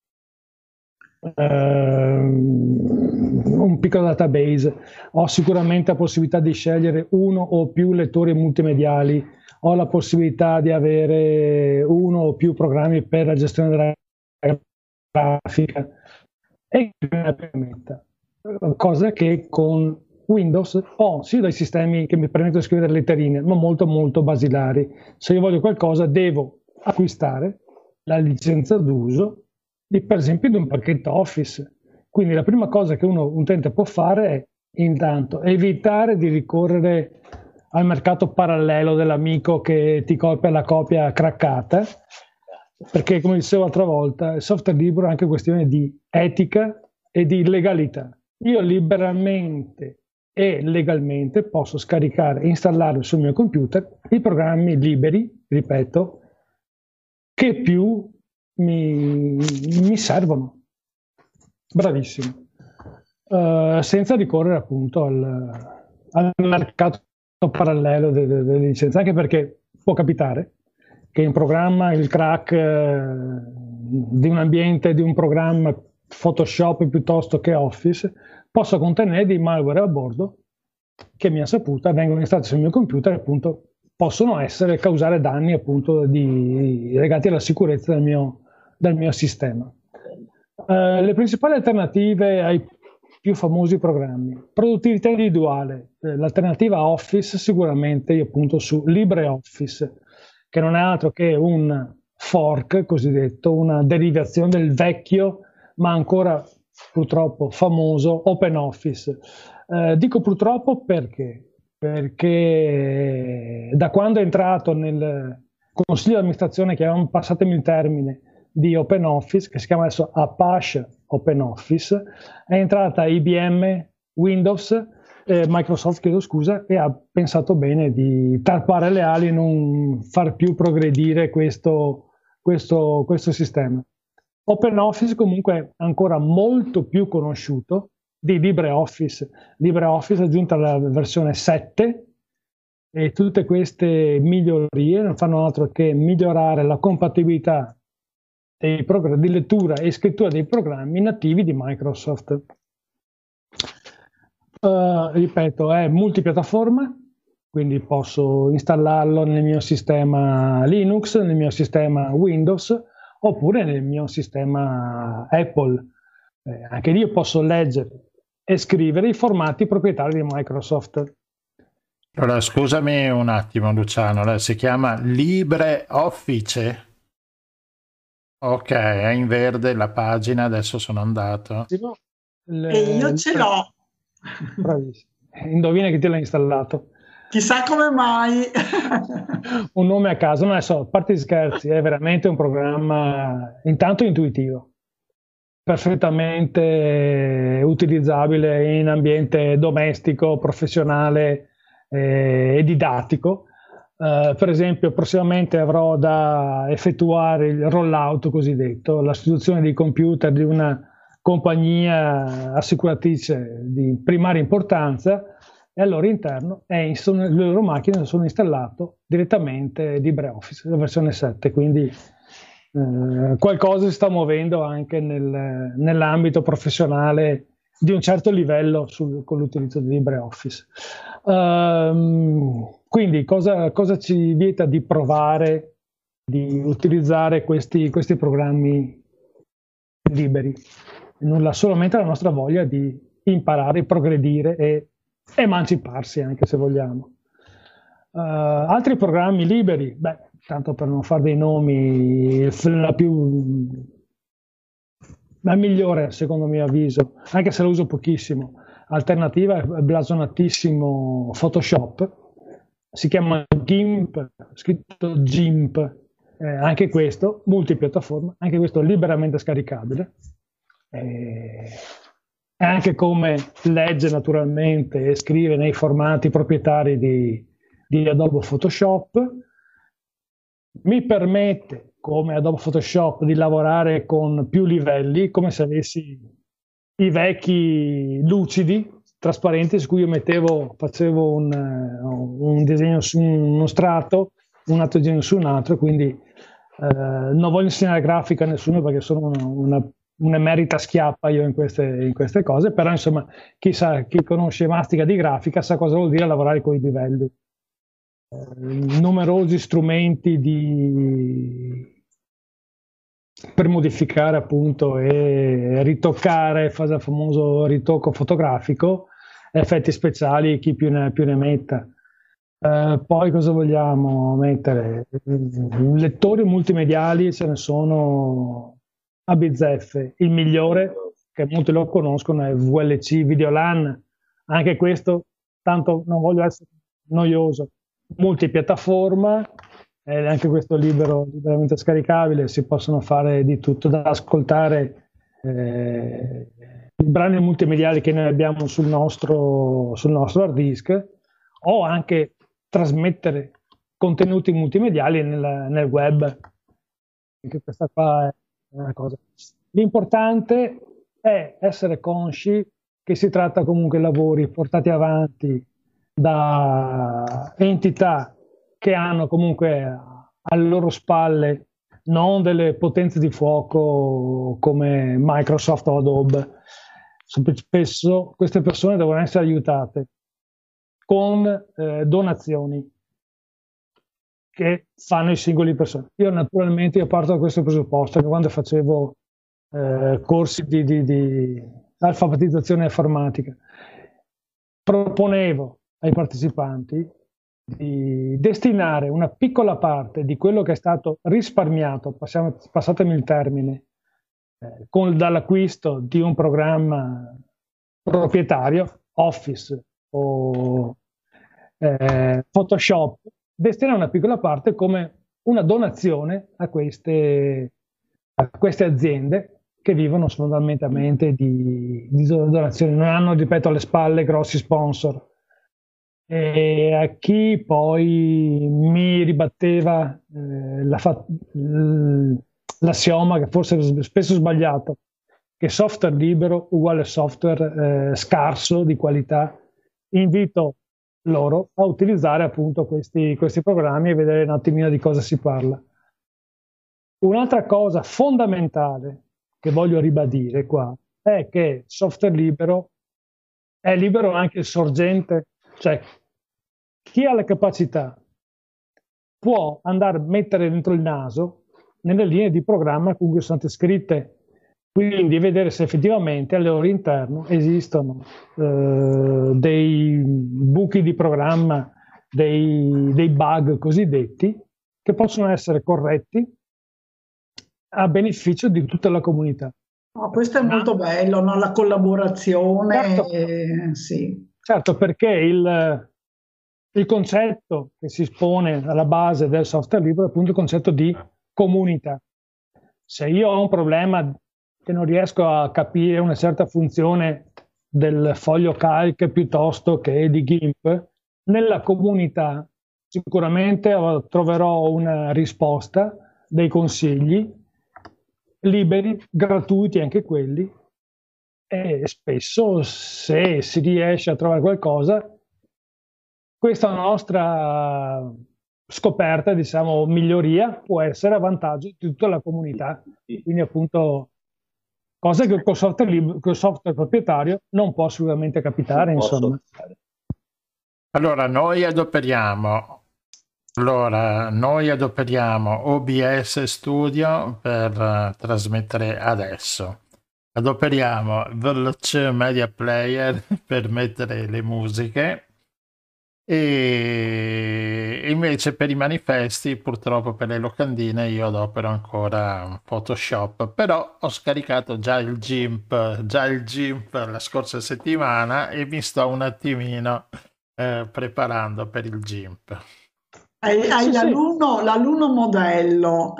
S9: un piccolo database. Ho sicuramente la possibilità di scegliere uno o più lettori multimediali, ho la possibilità di avere uno o più programmi per la gestione della grafica, e mi permetta, cosa che con Windows ho sì dei sistemi che mi permettono di scrivere letterine, ma molto molto basilari. Se io voglio qualcosa devo acquistare la licenza d'uso per esempio di un pacchetto Office. Quindi la prima cosa che un utente può fare è intanto evitare di ricorrere al mercato parallelo dell'amico che ti copia la copia craccata, perché come dicevo l'altra volta, il software libero è anche questione di etica e di legalità. Io liberamente e legalmente posso scaricare e installare sul mio computer i programmi liberi, ripeto, che più mi servono. Bravissimo. Senza ricorrere appunto al mercato parallelo delle licenze, anche perché può capitare che in programma il crack di un ambiente, di un programma Photoshop piuttosto che Office, possa contenere dei malware a bordo che, mia saputa, vengono installati sul mio computer e appunto possono causare danni appunto legati alla sicurezza del mio sistema. Le principali alternative ai più famosi programmi: produttività individuale, l'alternativa a Office sicuramente io appunto su LibreOffice, che non è altro che un fork cosiddetto, una derivazione del vecchio ma ancora purtroppo famoso OpenOffice. Dico purtroppo perché da quando è entrato nel consiglio di amministrazione, che avevamo, passatemi il termine, di OpenOffice, che si chiama adesso Apache OpenOffice, è entrata IBM, Windows, Microsoft, chiedo scusa, e ha pensato bene di tarpare le ali e non far più progredire questo sistema. OpenOffice comunque è ancora molto più conosciuto di LibreOffice. LibreOffice è giunta alla versione 7 e tutte queste migliorie non fanno altro che migliorare la compatibilità dei programmi di lettura e scrittura dei programmi nativi di Microsoft. Ripeto, è multipiattaforma, quindi posso installarlo nel mio sistema Linux, nel mio sistema Windows, oppure nel mio sistema Apple. Anche lì io posso leggere e scrivere i formati proprietari di Microsoft.
S3: Allora, scusami un attimo Luciano, si chiama LibreOffice? Ok, è in verde la pagina, adesso sono andato.
S2: E io ce l'ho.
S9: Bravissimo. Indovina chi te l'ha installato.
S2: Chissà come mai.
S9: Un nome a caso, no, adesso, a parte gli scherzi, è veramente un programma intanto intuitivo, perfettamente utilizzabile in ambiente domestico, professionale e didattico. Per esempio, prossimamente avrò da effettuare il rollout cosiddetto, la sostituzione dei computer di una compagnia assicuratrice di primaria importanza, e al loro interno le loro macchine sono installato direttamente LibreOffice, la versione 7, quindi qualcosa si sta muovendo anche nell'ambito professionale di un certo livello con l'utilizzo di LibreOffice. Quindi cosa ci vieta di provare, di utilizzare questi programmi liberi? Nulla, solamente la nostra voglia di imparare, progredire e emanciparsi anche, se vogliamo. Altri programmi liberi, tanto per non fare dei nomi, la migliore secondo mio avviso, anche se la uso pochissimo, alternativa è blasonatissimo Photoshop, si chiama GIMP, scritto GIMP, anche questo multipiattaforma, anche questo liberamente scaricabile, e anche come legge naturalmente e scrive nei formati proprietari di Adobe Photoshop. Mi permette, come Adobe Photoshop, di lavorare con più livelli, come se avessi i vecchi lucidi, trasparenti, su cui io facevo un disegno su uno strato, un altro disegno su un altro, quindi non voglio insegnare grafica a nessuno perché sono un'emerita schiappa io in queste cose, però insomma chi conosce mastica di grafica sa cosa vuol dire lavorare con i livelli. Numerosi strumenti per modificare appunto e ritoccare, fare il famoso ritocco fotografico, effetti speciali, chi più ne metta. Poi cosa vogliamo mettere? Lettori multimediali ce ne sono a bizzeffe. Il migliore, che molti lo conoscono, è VLC Videolan. Anche questo, tanto non voglio essere noioso, multipiattaforma, anche questo liberamente scaricabile, si possono fare di tutto, da ascoltare i brani multimediali che noi abbiamo sul nostro hard disk, o anche trasmettere contenuti multimediali nel web. Anche questa qua è una cosa. L'importante è essere consci che si tratta comunque di lavori portati avanti da entità che hanno comunque alle loro spalle non delle potenze di fuoco come Microsoft o Adobe. Spesso queste persone devono essere aiutate con donazioni che fanno i singoli persone. Io naturalmente parto da questo presupposto, che quando facevo corsi di alfabetizzazione informatica proponevo ai partecipanti di destinare una piccola parte di quello che è stato risparmiato, passatemi il termine, dall'acquisto di un programma proprietario, Office o Photoshop, destinare una piccola parte come una donazione a queste aziende che vivono fondamentalmente di donazioni, non hanno, ripeto, alle spalle grossi sponsor. E a chi poi mi ribatteva l'assioma, che forse è spesso sbagliato, che software libero uguale software scarso di qualità, invito loro a utilizzare appunto questi programmi e vedere un attimino di cosa si parla. Un'altra cosa fondamentale che voglio ribadire qua è che software libero è libero anche il sorgente, cioè chi ha la capacità può andare a mettere dentro il naso nelle linee di programma con cui sono state scritte, quindi vedere se effettivamente al loro interno esistono dei buchi di programma, dei bug cosiddetti, che possono essere corretti a beneficio di tutta la comunità.
S2: Oh, questo è molto bello, no? La collaborazione.
S9: Certo,
S2: sì.
S9: Certo, perché il concetto che si espone alla base del software libero è appunto il concetto di comunità. Se io ho un problema che non riesco a capire una certa funzione del foglio calc piuttosto che di GIMP, nella comunità sicuramente troverò una risposta, dei consigli liberi, gratuiti anche quelli, e spesso se si riesce a trovare qualcosa, questa nostra scoperta, diciamo, miglioria, può essere a vantaggio di tutta la comunità. Quindi appunto cose che col software proprietario non può assolutamente capitare, insomma.
S3: Allora, noi adoperiamo OBS Studio per trasmettere adesso. adoperiamo Veloce Media Player per mettere le musiche, e invece per i manifesti, purtroppo per le locandine, io adopero ancora Photoshop, però ho scaricato già il GIMP la scorsa settimana e mi sto un attimino preparando per il GIMP.
S2: Hai l'alunno modello,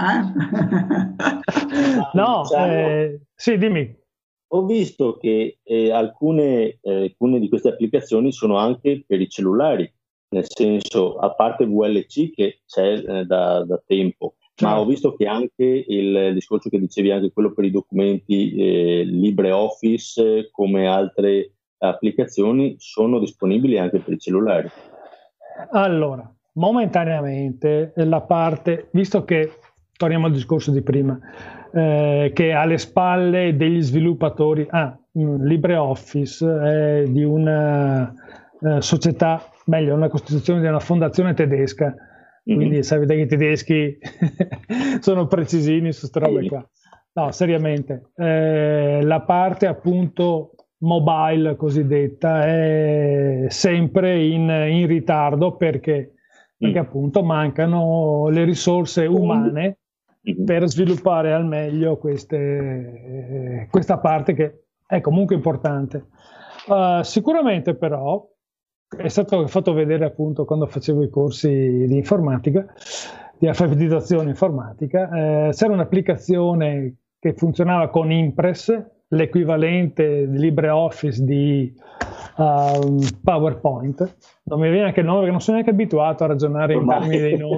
S9: No,
S4: Diciamo,
S9: sì, dimmi.
S4: ho visto che alcune di queste applicazioni sono anche per i cellulari, nel senso, a parte VLC che c'è da tempo, ma ho
S9: Certo.
S4: visto che anche il discorso che dicevi, anche quello per i documenti LibreOffice, come altre applicazioni, sono disponibili anche per i cellulari.
S9: Allora, momentaneamente la parte, visto che torniamo al discorso di prima, che alle spalle degli sviluppatori, LibreOffice è di una società, meglio, una costituzione di una fondazione tedesca, quindi sapete che i tedeschi sono precisini su queste robe qua. No, seriamente, la parte appunto mobile cosiddetta è sempre in ritardo perché appunto mancano le risorse umane per sviluppare al meglio questa parte che è comunque importante. Sicuramente però è stato fatto vedere appunto quando facevo i corsi di informatica, di alfabetizzazione informatica, c'era un'applicazione che funzionava con Impress, l'equivalente di LibreOffice di PowerPoint. Non mi viene anche il nome perché non sono neanche abituato a ragionare in termini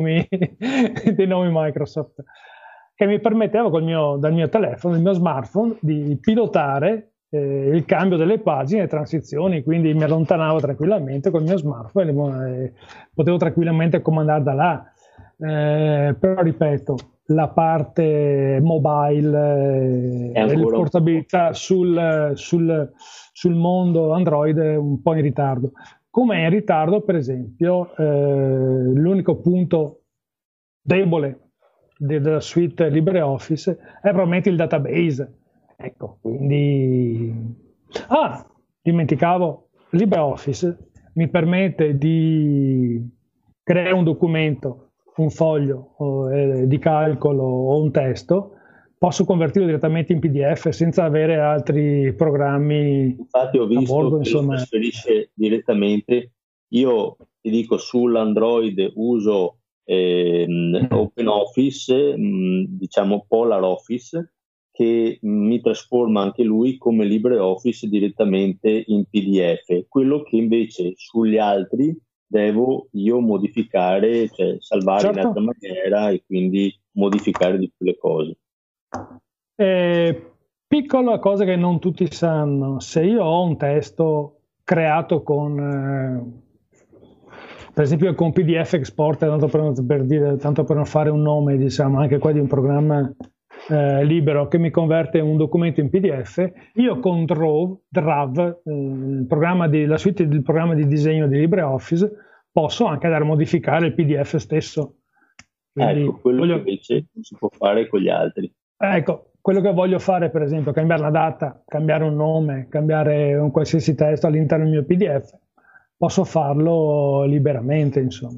S9: dei nomi Microsoft, che mi permetteva dal mio telefono, il mio smartphone, di pilotare il cambio delle pagine e transizioni, quindi mi allontanavo tranquillamente col mio smartphone e potevo tranquillamente comandare da là. Però ripeto, la parte mobile e la portabilità sul mondo Android è un po' in ritardo. Come è in ritardo, per esempio, l'unico punto debole della suite LibreOffice è probabilmente il database. Ecco, quindi... dimenticavo, LibreOffice mi permette di creare un documento, un foglio di calcolo o un testo, posso convertirlo direttamente in PDF senza avere altri programmi.
S4: Infatti ho visto
S9: a bordo,
S4: che lo trasferisce direttamente. Io ti dico, sull'Android uso OpenOffice, diciamo PolarOffice, che mi trasforma anche lui come LibreOffice direttamente in PDF, quello che invece sugli altri devo io modificare, cioè salvare in altra maniera e quindi modificare di più le cose.
S9: Piccola cosa che non tutti sanno: se io ho un testo creato con per esempio con PDF Export, tanto per non fare un nome, diciamo, anche qua di un programma libero che mi converte un documento in PDF, io con Draw, la suite del programma di disegno di LibreOffice, posso anche andare a modificare il PDF stesso. Quindi
S4: ecco, quello che invece non si può fare con gli altri.
S9: Ecco, quello che voglio fare, per esempio, cambiare la data, cambiare un nome, cambiare un qualsiasi testo all'interno del mio PDF, posso farlo liberamente, insomma.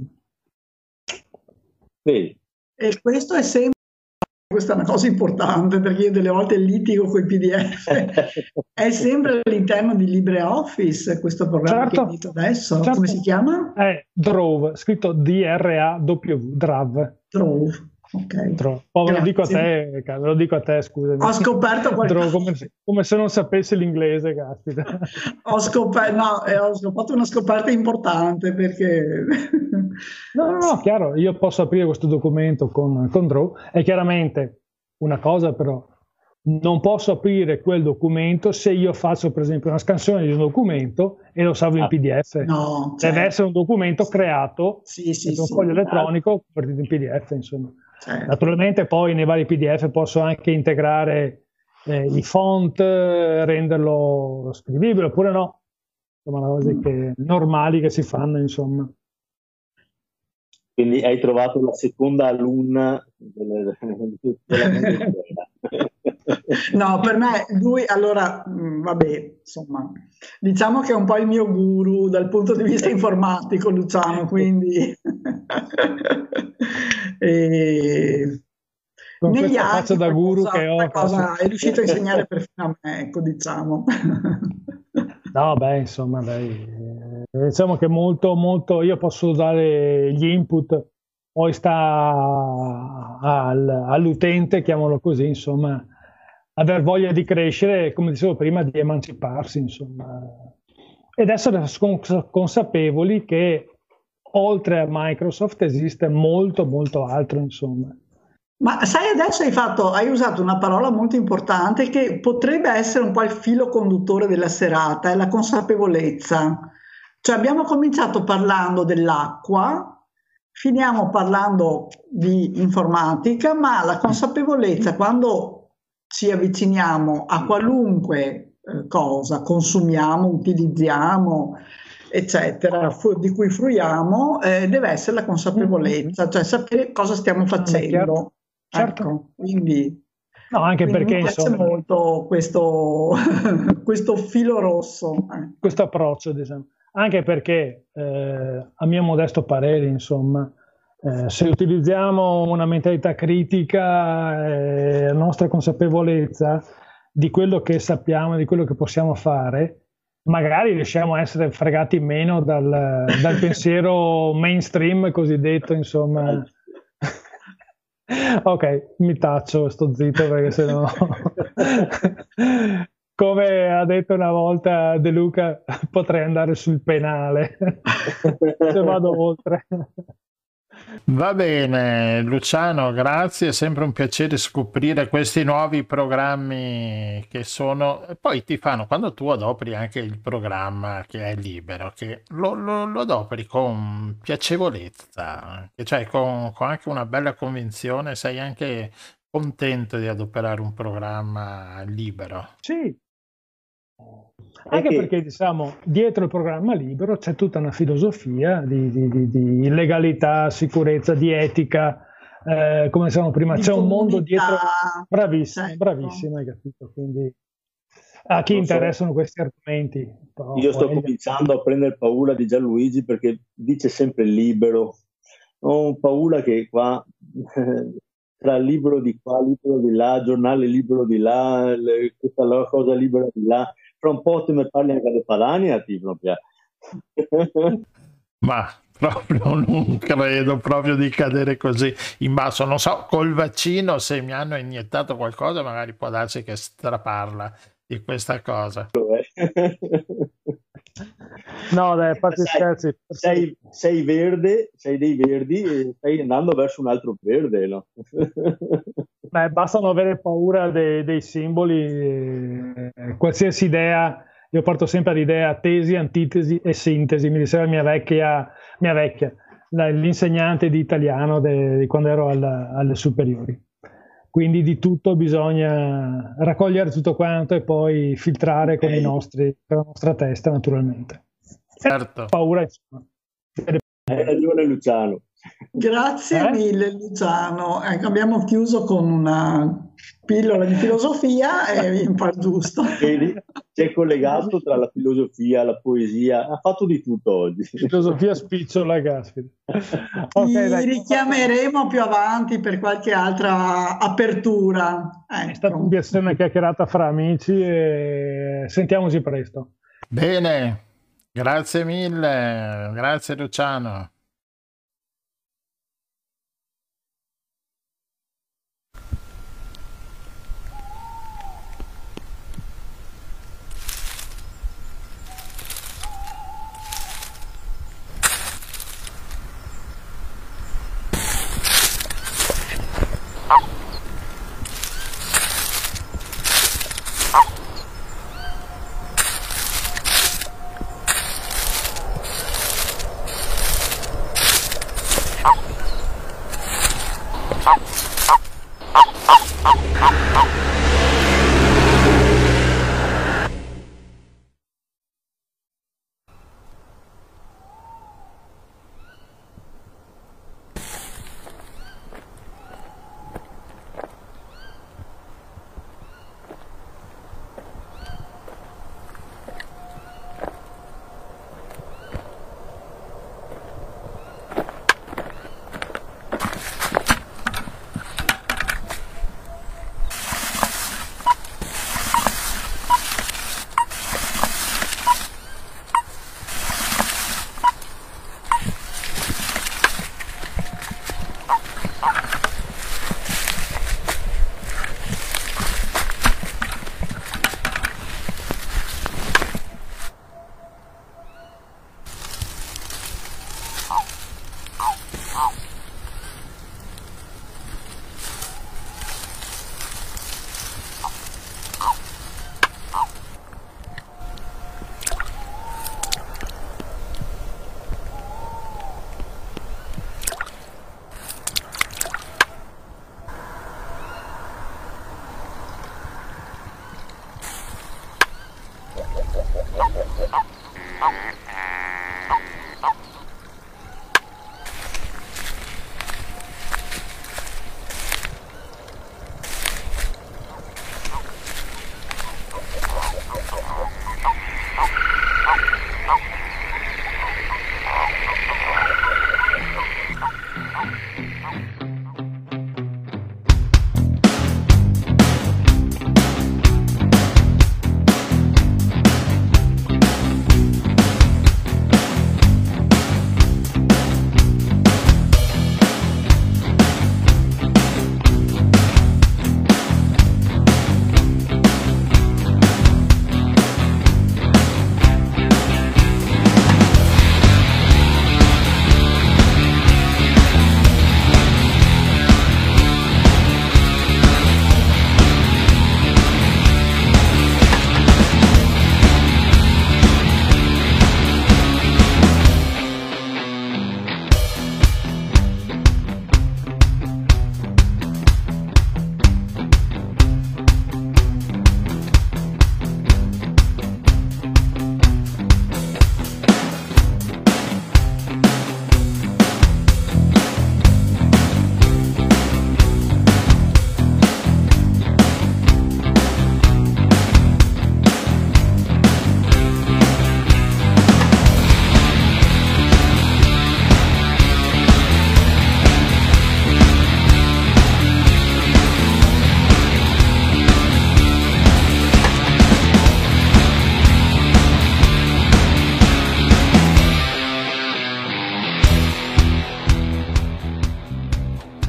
S4: Vedi.
S2: E questo è sempre... Questa è una cosa importante perché io delle volte litigo con i PDF. È sempre all'interno di LibreOffice questo programma che hai detto adesso. Come si chiama?
S9: È Draw, scritto D-R-A-W, Draw.
S2: Ok.
S9: Poi ve lo dico a te, scusami.
S2: Ho scoperto
S9: qualcosa. Come se non sapessi l'inglese, caspita.
S2: Ho fatto una scoperta importante perché...
S9: No, chiaro, io posso aprire questo documento con Draw e chiaramente una cosa però, non posso aprire quel documento se io faccio per esempio una scansione di un documento e lo salvo in PDF.
S2: No,
S9: deve essere un documento creato con un foglio elettronico convertito in PDF, insomma. Naturalmente poi nei vari PDF posso anche integrare i font, renderlo scrivibile oppure no, insomma cose normali che si fanno, insomma.
S4: Quindi hai trovato la seconda alunna della
S2: No, per me lui, allora, vabbè, insomma, diciamo che è un po' il mio guru dal punto di vista informatico, Luciano, quindi e
S9: Con
S2: negli
S9: questa faccia
S2: anni
S9: da guru che ho.
S2: qualcosa è riuscito a insegnare perfino a me, ecco, diciamo.
S9: No, beh, insomma, dai, diciamo che molto, molto, io posso dare gli input, poi sta all'utente, chiamalo così, insomma, aver voglia di crescere, come dicevo prima, di emanciparsi, insomma. Ed essere consapevoli che oltre a Microsoft esiste molto, molto altro, insomma.
S2: Ma sai, adesso hai usato una parola molto importante che potrebbe essere un po' il filo conduttore della serata, è la consapevolezza. Cioè abbiamo cominciato parlando dell'acqua, finiamo parlando di informatica, ma la consapevolezza, quando ci avviciniamo a qualunque cosa consumiamo, utilizziamo, eccetera, di cui fruiamo, deve essere la consapevolezza, cioè sapere cosa stiamo facendo.
S9: Certo.
S2: Ecco, quindi,
S9: no, anche perché
S2: mi piace
S9: insomma,
S2: molto questo, questo filo rosso.
S9: Questo approccio, diciamo. Anche perché, a mio modesto parere, insomma, se utilizziamo una mentalità critica, la nostra consapevolezza di quello che sappiamo, di quello che possiamo fare, magari riusciamo a essere fregati meno dal pensiero mainstream cosiddetto, insomma. Ok, mi taccio, sto zitto perché sennò come ha detto una volta De Luca potrei andare sul penale se vado oltre.
S3: Va bene, Luciano, grazie, è sempre un piacere scoprire questi nuovi programmi che sono, e poi ti fanno, quando tu adoperi anche il programma che è libero, che lo adoperi con piacevolezza, cioè con anche una bella convinzione, sei anche contento di adoperare un programma libero.
S9: Sì. Anche perché, diciamo, dietro il programma libero c'è tutta una filosofia di legalità, sicurezza, di etica, come dicevamo prima, c'è un mondo dietro. Bravissimo,
S2: certo.
S9: Bravissimo, hai capito. Quindi a chi interessano questi argomenti.
S4: Io sto cominciando a prendere paura di Gianluigi perché dice sempre libero. Ho paura che qua tra libro di qua, libro di là, giornale libero di là, questa cosa libera di là, fra un po' te ne parli anche alle Padania, proprio.
S3: Ma proprio non credo proprio di cadere così in basso. Non so, col vaccino, se mi hanno iniettato qualcosa, magari può darsi che straparla di questa cosa.
S9: No, dai, a parte scherzi.
S4: Sei verde, sei dei verdi e stai andando verso un altro verde, no?
S9: Beh, basta non avere paura dei simboli, qualsiasi idea, io parto sempre all'idea tesi, antitesi e sintesi, mi diceva mia vecchia, l'insegnante di italiano di quando ero alle superiori. Quindi di tutto bisogna raccogliere tutto quanto e poi filtrare con la nostra testa, naturalmente.
S3: Certo.
S9: Paura, insomma.
S4: Hai ragione, Luciano.
S2: Grazie mille, Luciano. Ecco, abbiamo chiuso con una pillola di filosofia e mi pare giusto.
S4: C'è collegato tra la filosofia, la poesia, ha fatto di tutto oggi.
S9: Filosofia spicciola, caspita.
S2: Ti richiameremo più avanti per qualche altra apertura. Ecco.
S9: È stata un piacere, una chiacchierata fra amici e sentiamoci presto.
S3: Bene, grazie mille, grazie Luciano.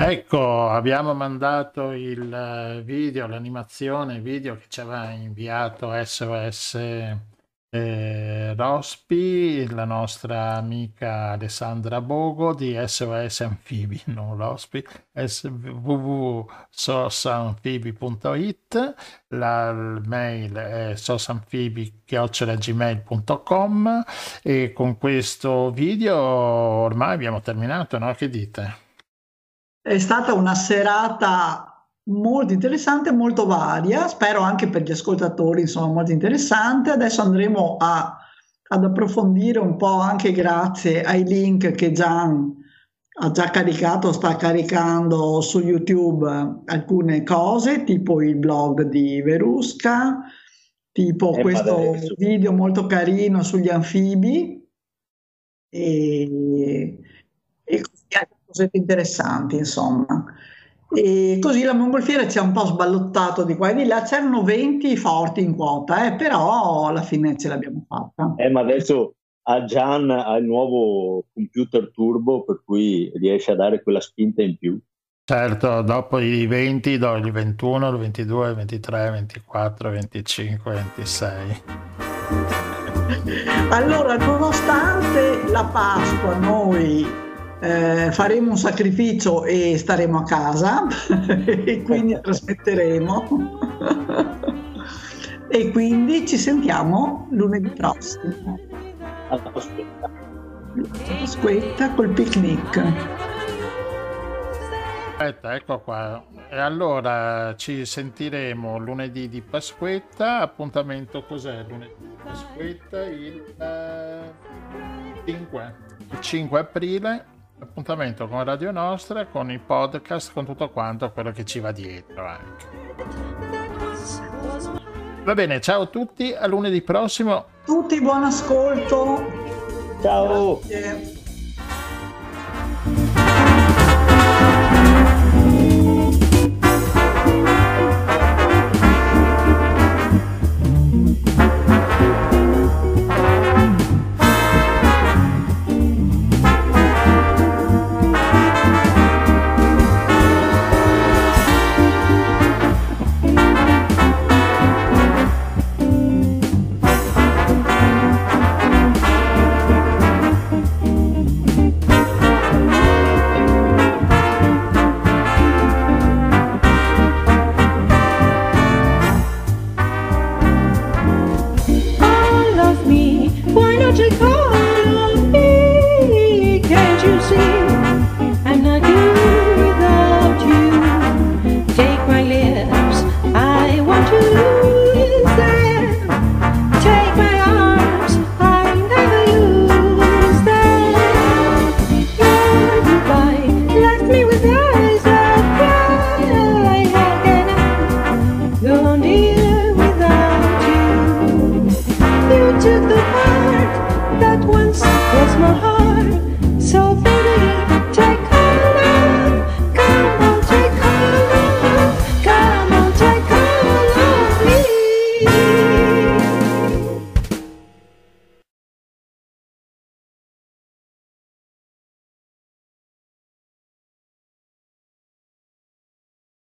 S3: Ecco, abbiamo mandato il video, l'animazione video che ci aveva inviato SOS Rospi, la nostra amica Alessandra Bogo di SOS Anfibi, non Rospi, www.sosanfibi.it, la mail è sosanfibi@gmail.com, e con questo video ormai abbiamo terminato, no? Che dite?
S2: È stata una serata molto interessante, molto varia, spero anche per gli ascoltatori, insomma, molto interessante. Adesso andremo ad approfondire un po', anche grazie ai link che Gian ha già caricato, sta caricando su YouTube alcune cose, tipo il blog di Verusca, tipo questo video molto carino sugli anfibi e così altre cose interessanti, insomma. E così la mongolfiera ci ha un po' sballottato di qua e di là, c'erano 20 forti in quota, però alla fine ce l'abbiamo fatta.
S4: Ma adesso Gian ha il nuovo computer turbo, per cui riesce a dare quella spinta in più.
S3: Certo, dopo i 20 do il 21, il 22, il 23, il 24, il 25, il 26.
S2: Allora, nonostante la Pasqua, noi faremo un sacrificio e staremo a casa e quindi trasmetteremo e quindi ci sentiamo lunedì prossimo. Pasquetta col picnic.
S3: Aspetta, ecco qua. E allora ci sentiremo lunedì di Pasquetta. Appuntamento cos'è lunedì di Pasquetta? Il 5 aprile. Appuntamento con Radio Nostra, con i podcast, con tutto quanto quello che ci va dietro anche. Va bene, ciao a tutti, a lunedì prossimo.
S2: Tutti buon ascolto.
S4: Ciao.
S2: Grazie.
S5: Took the part that once was my heart.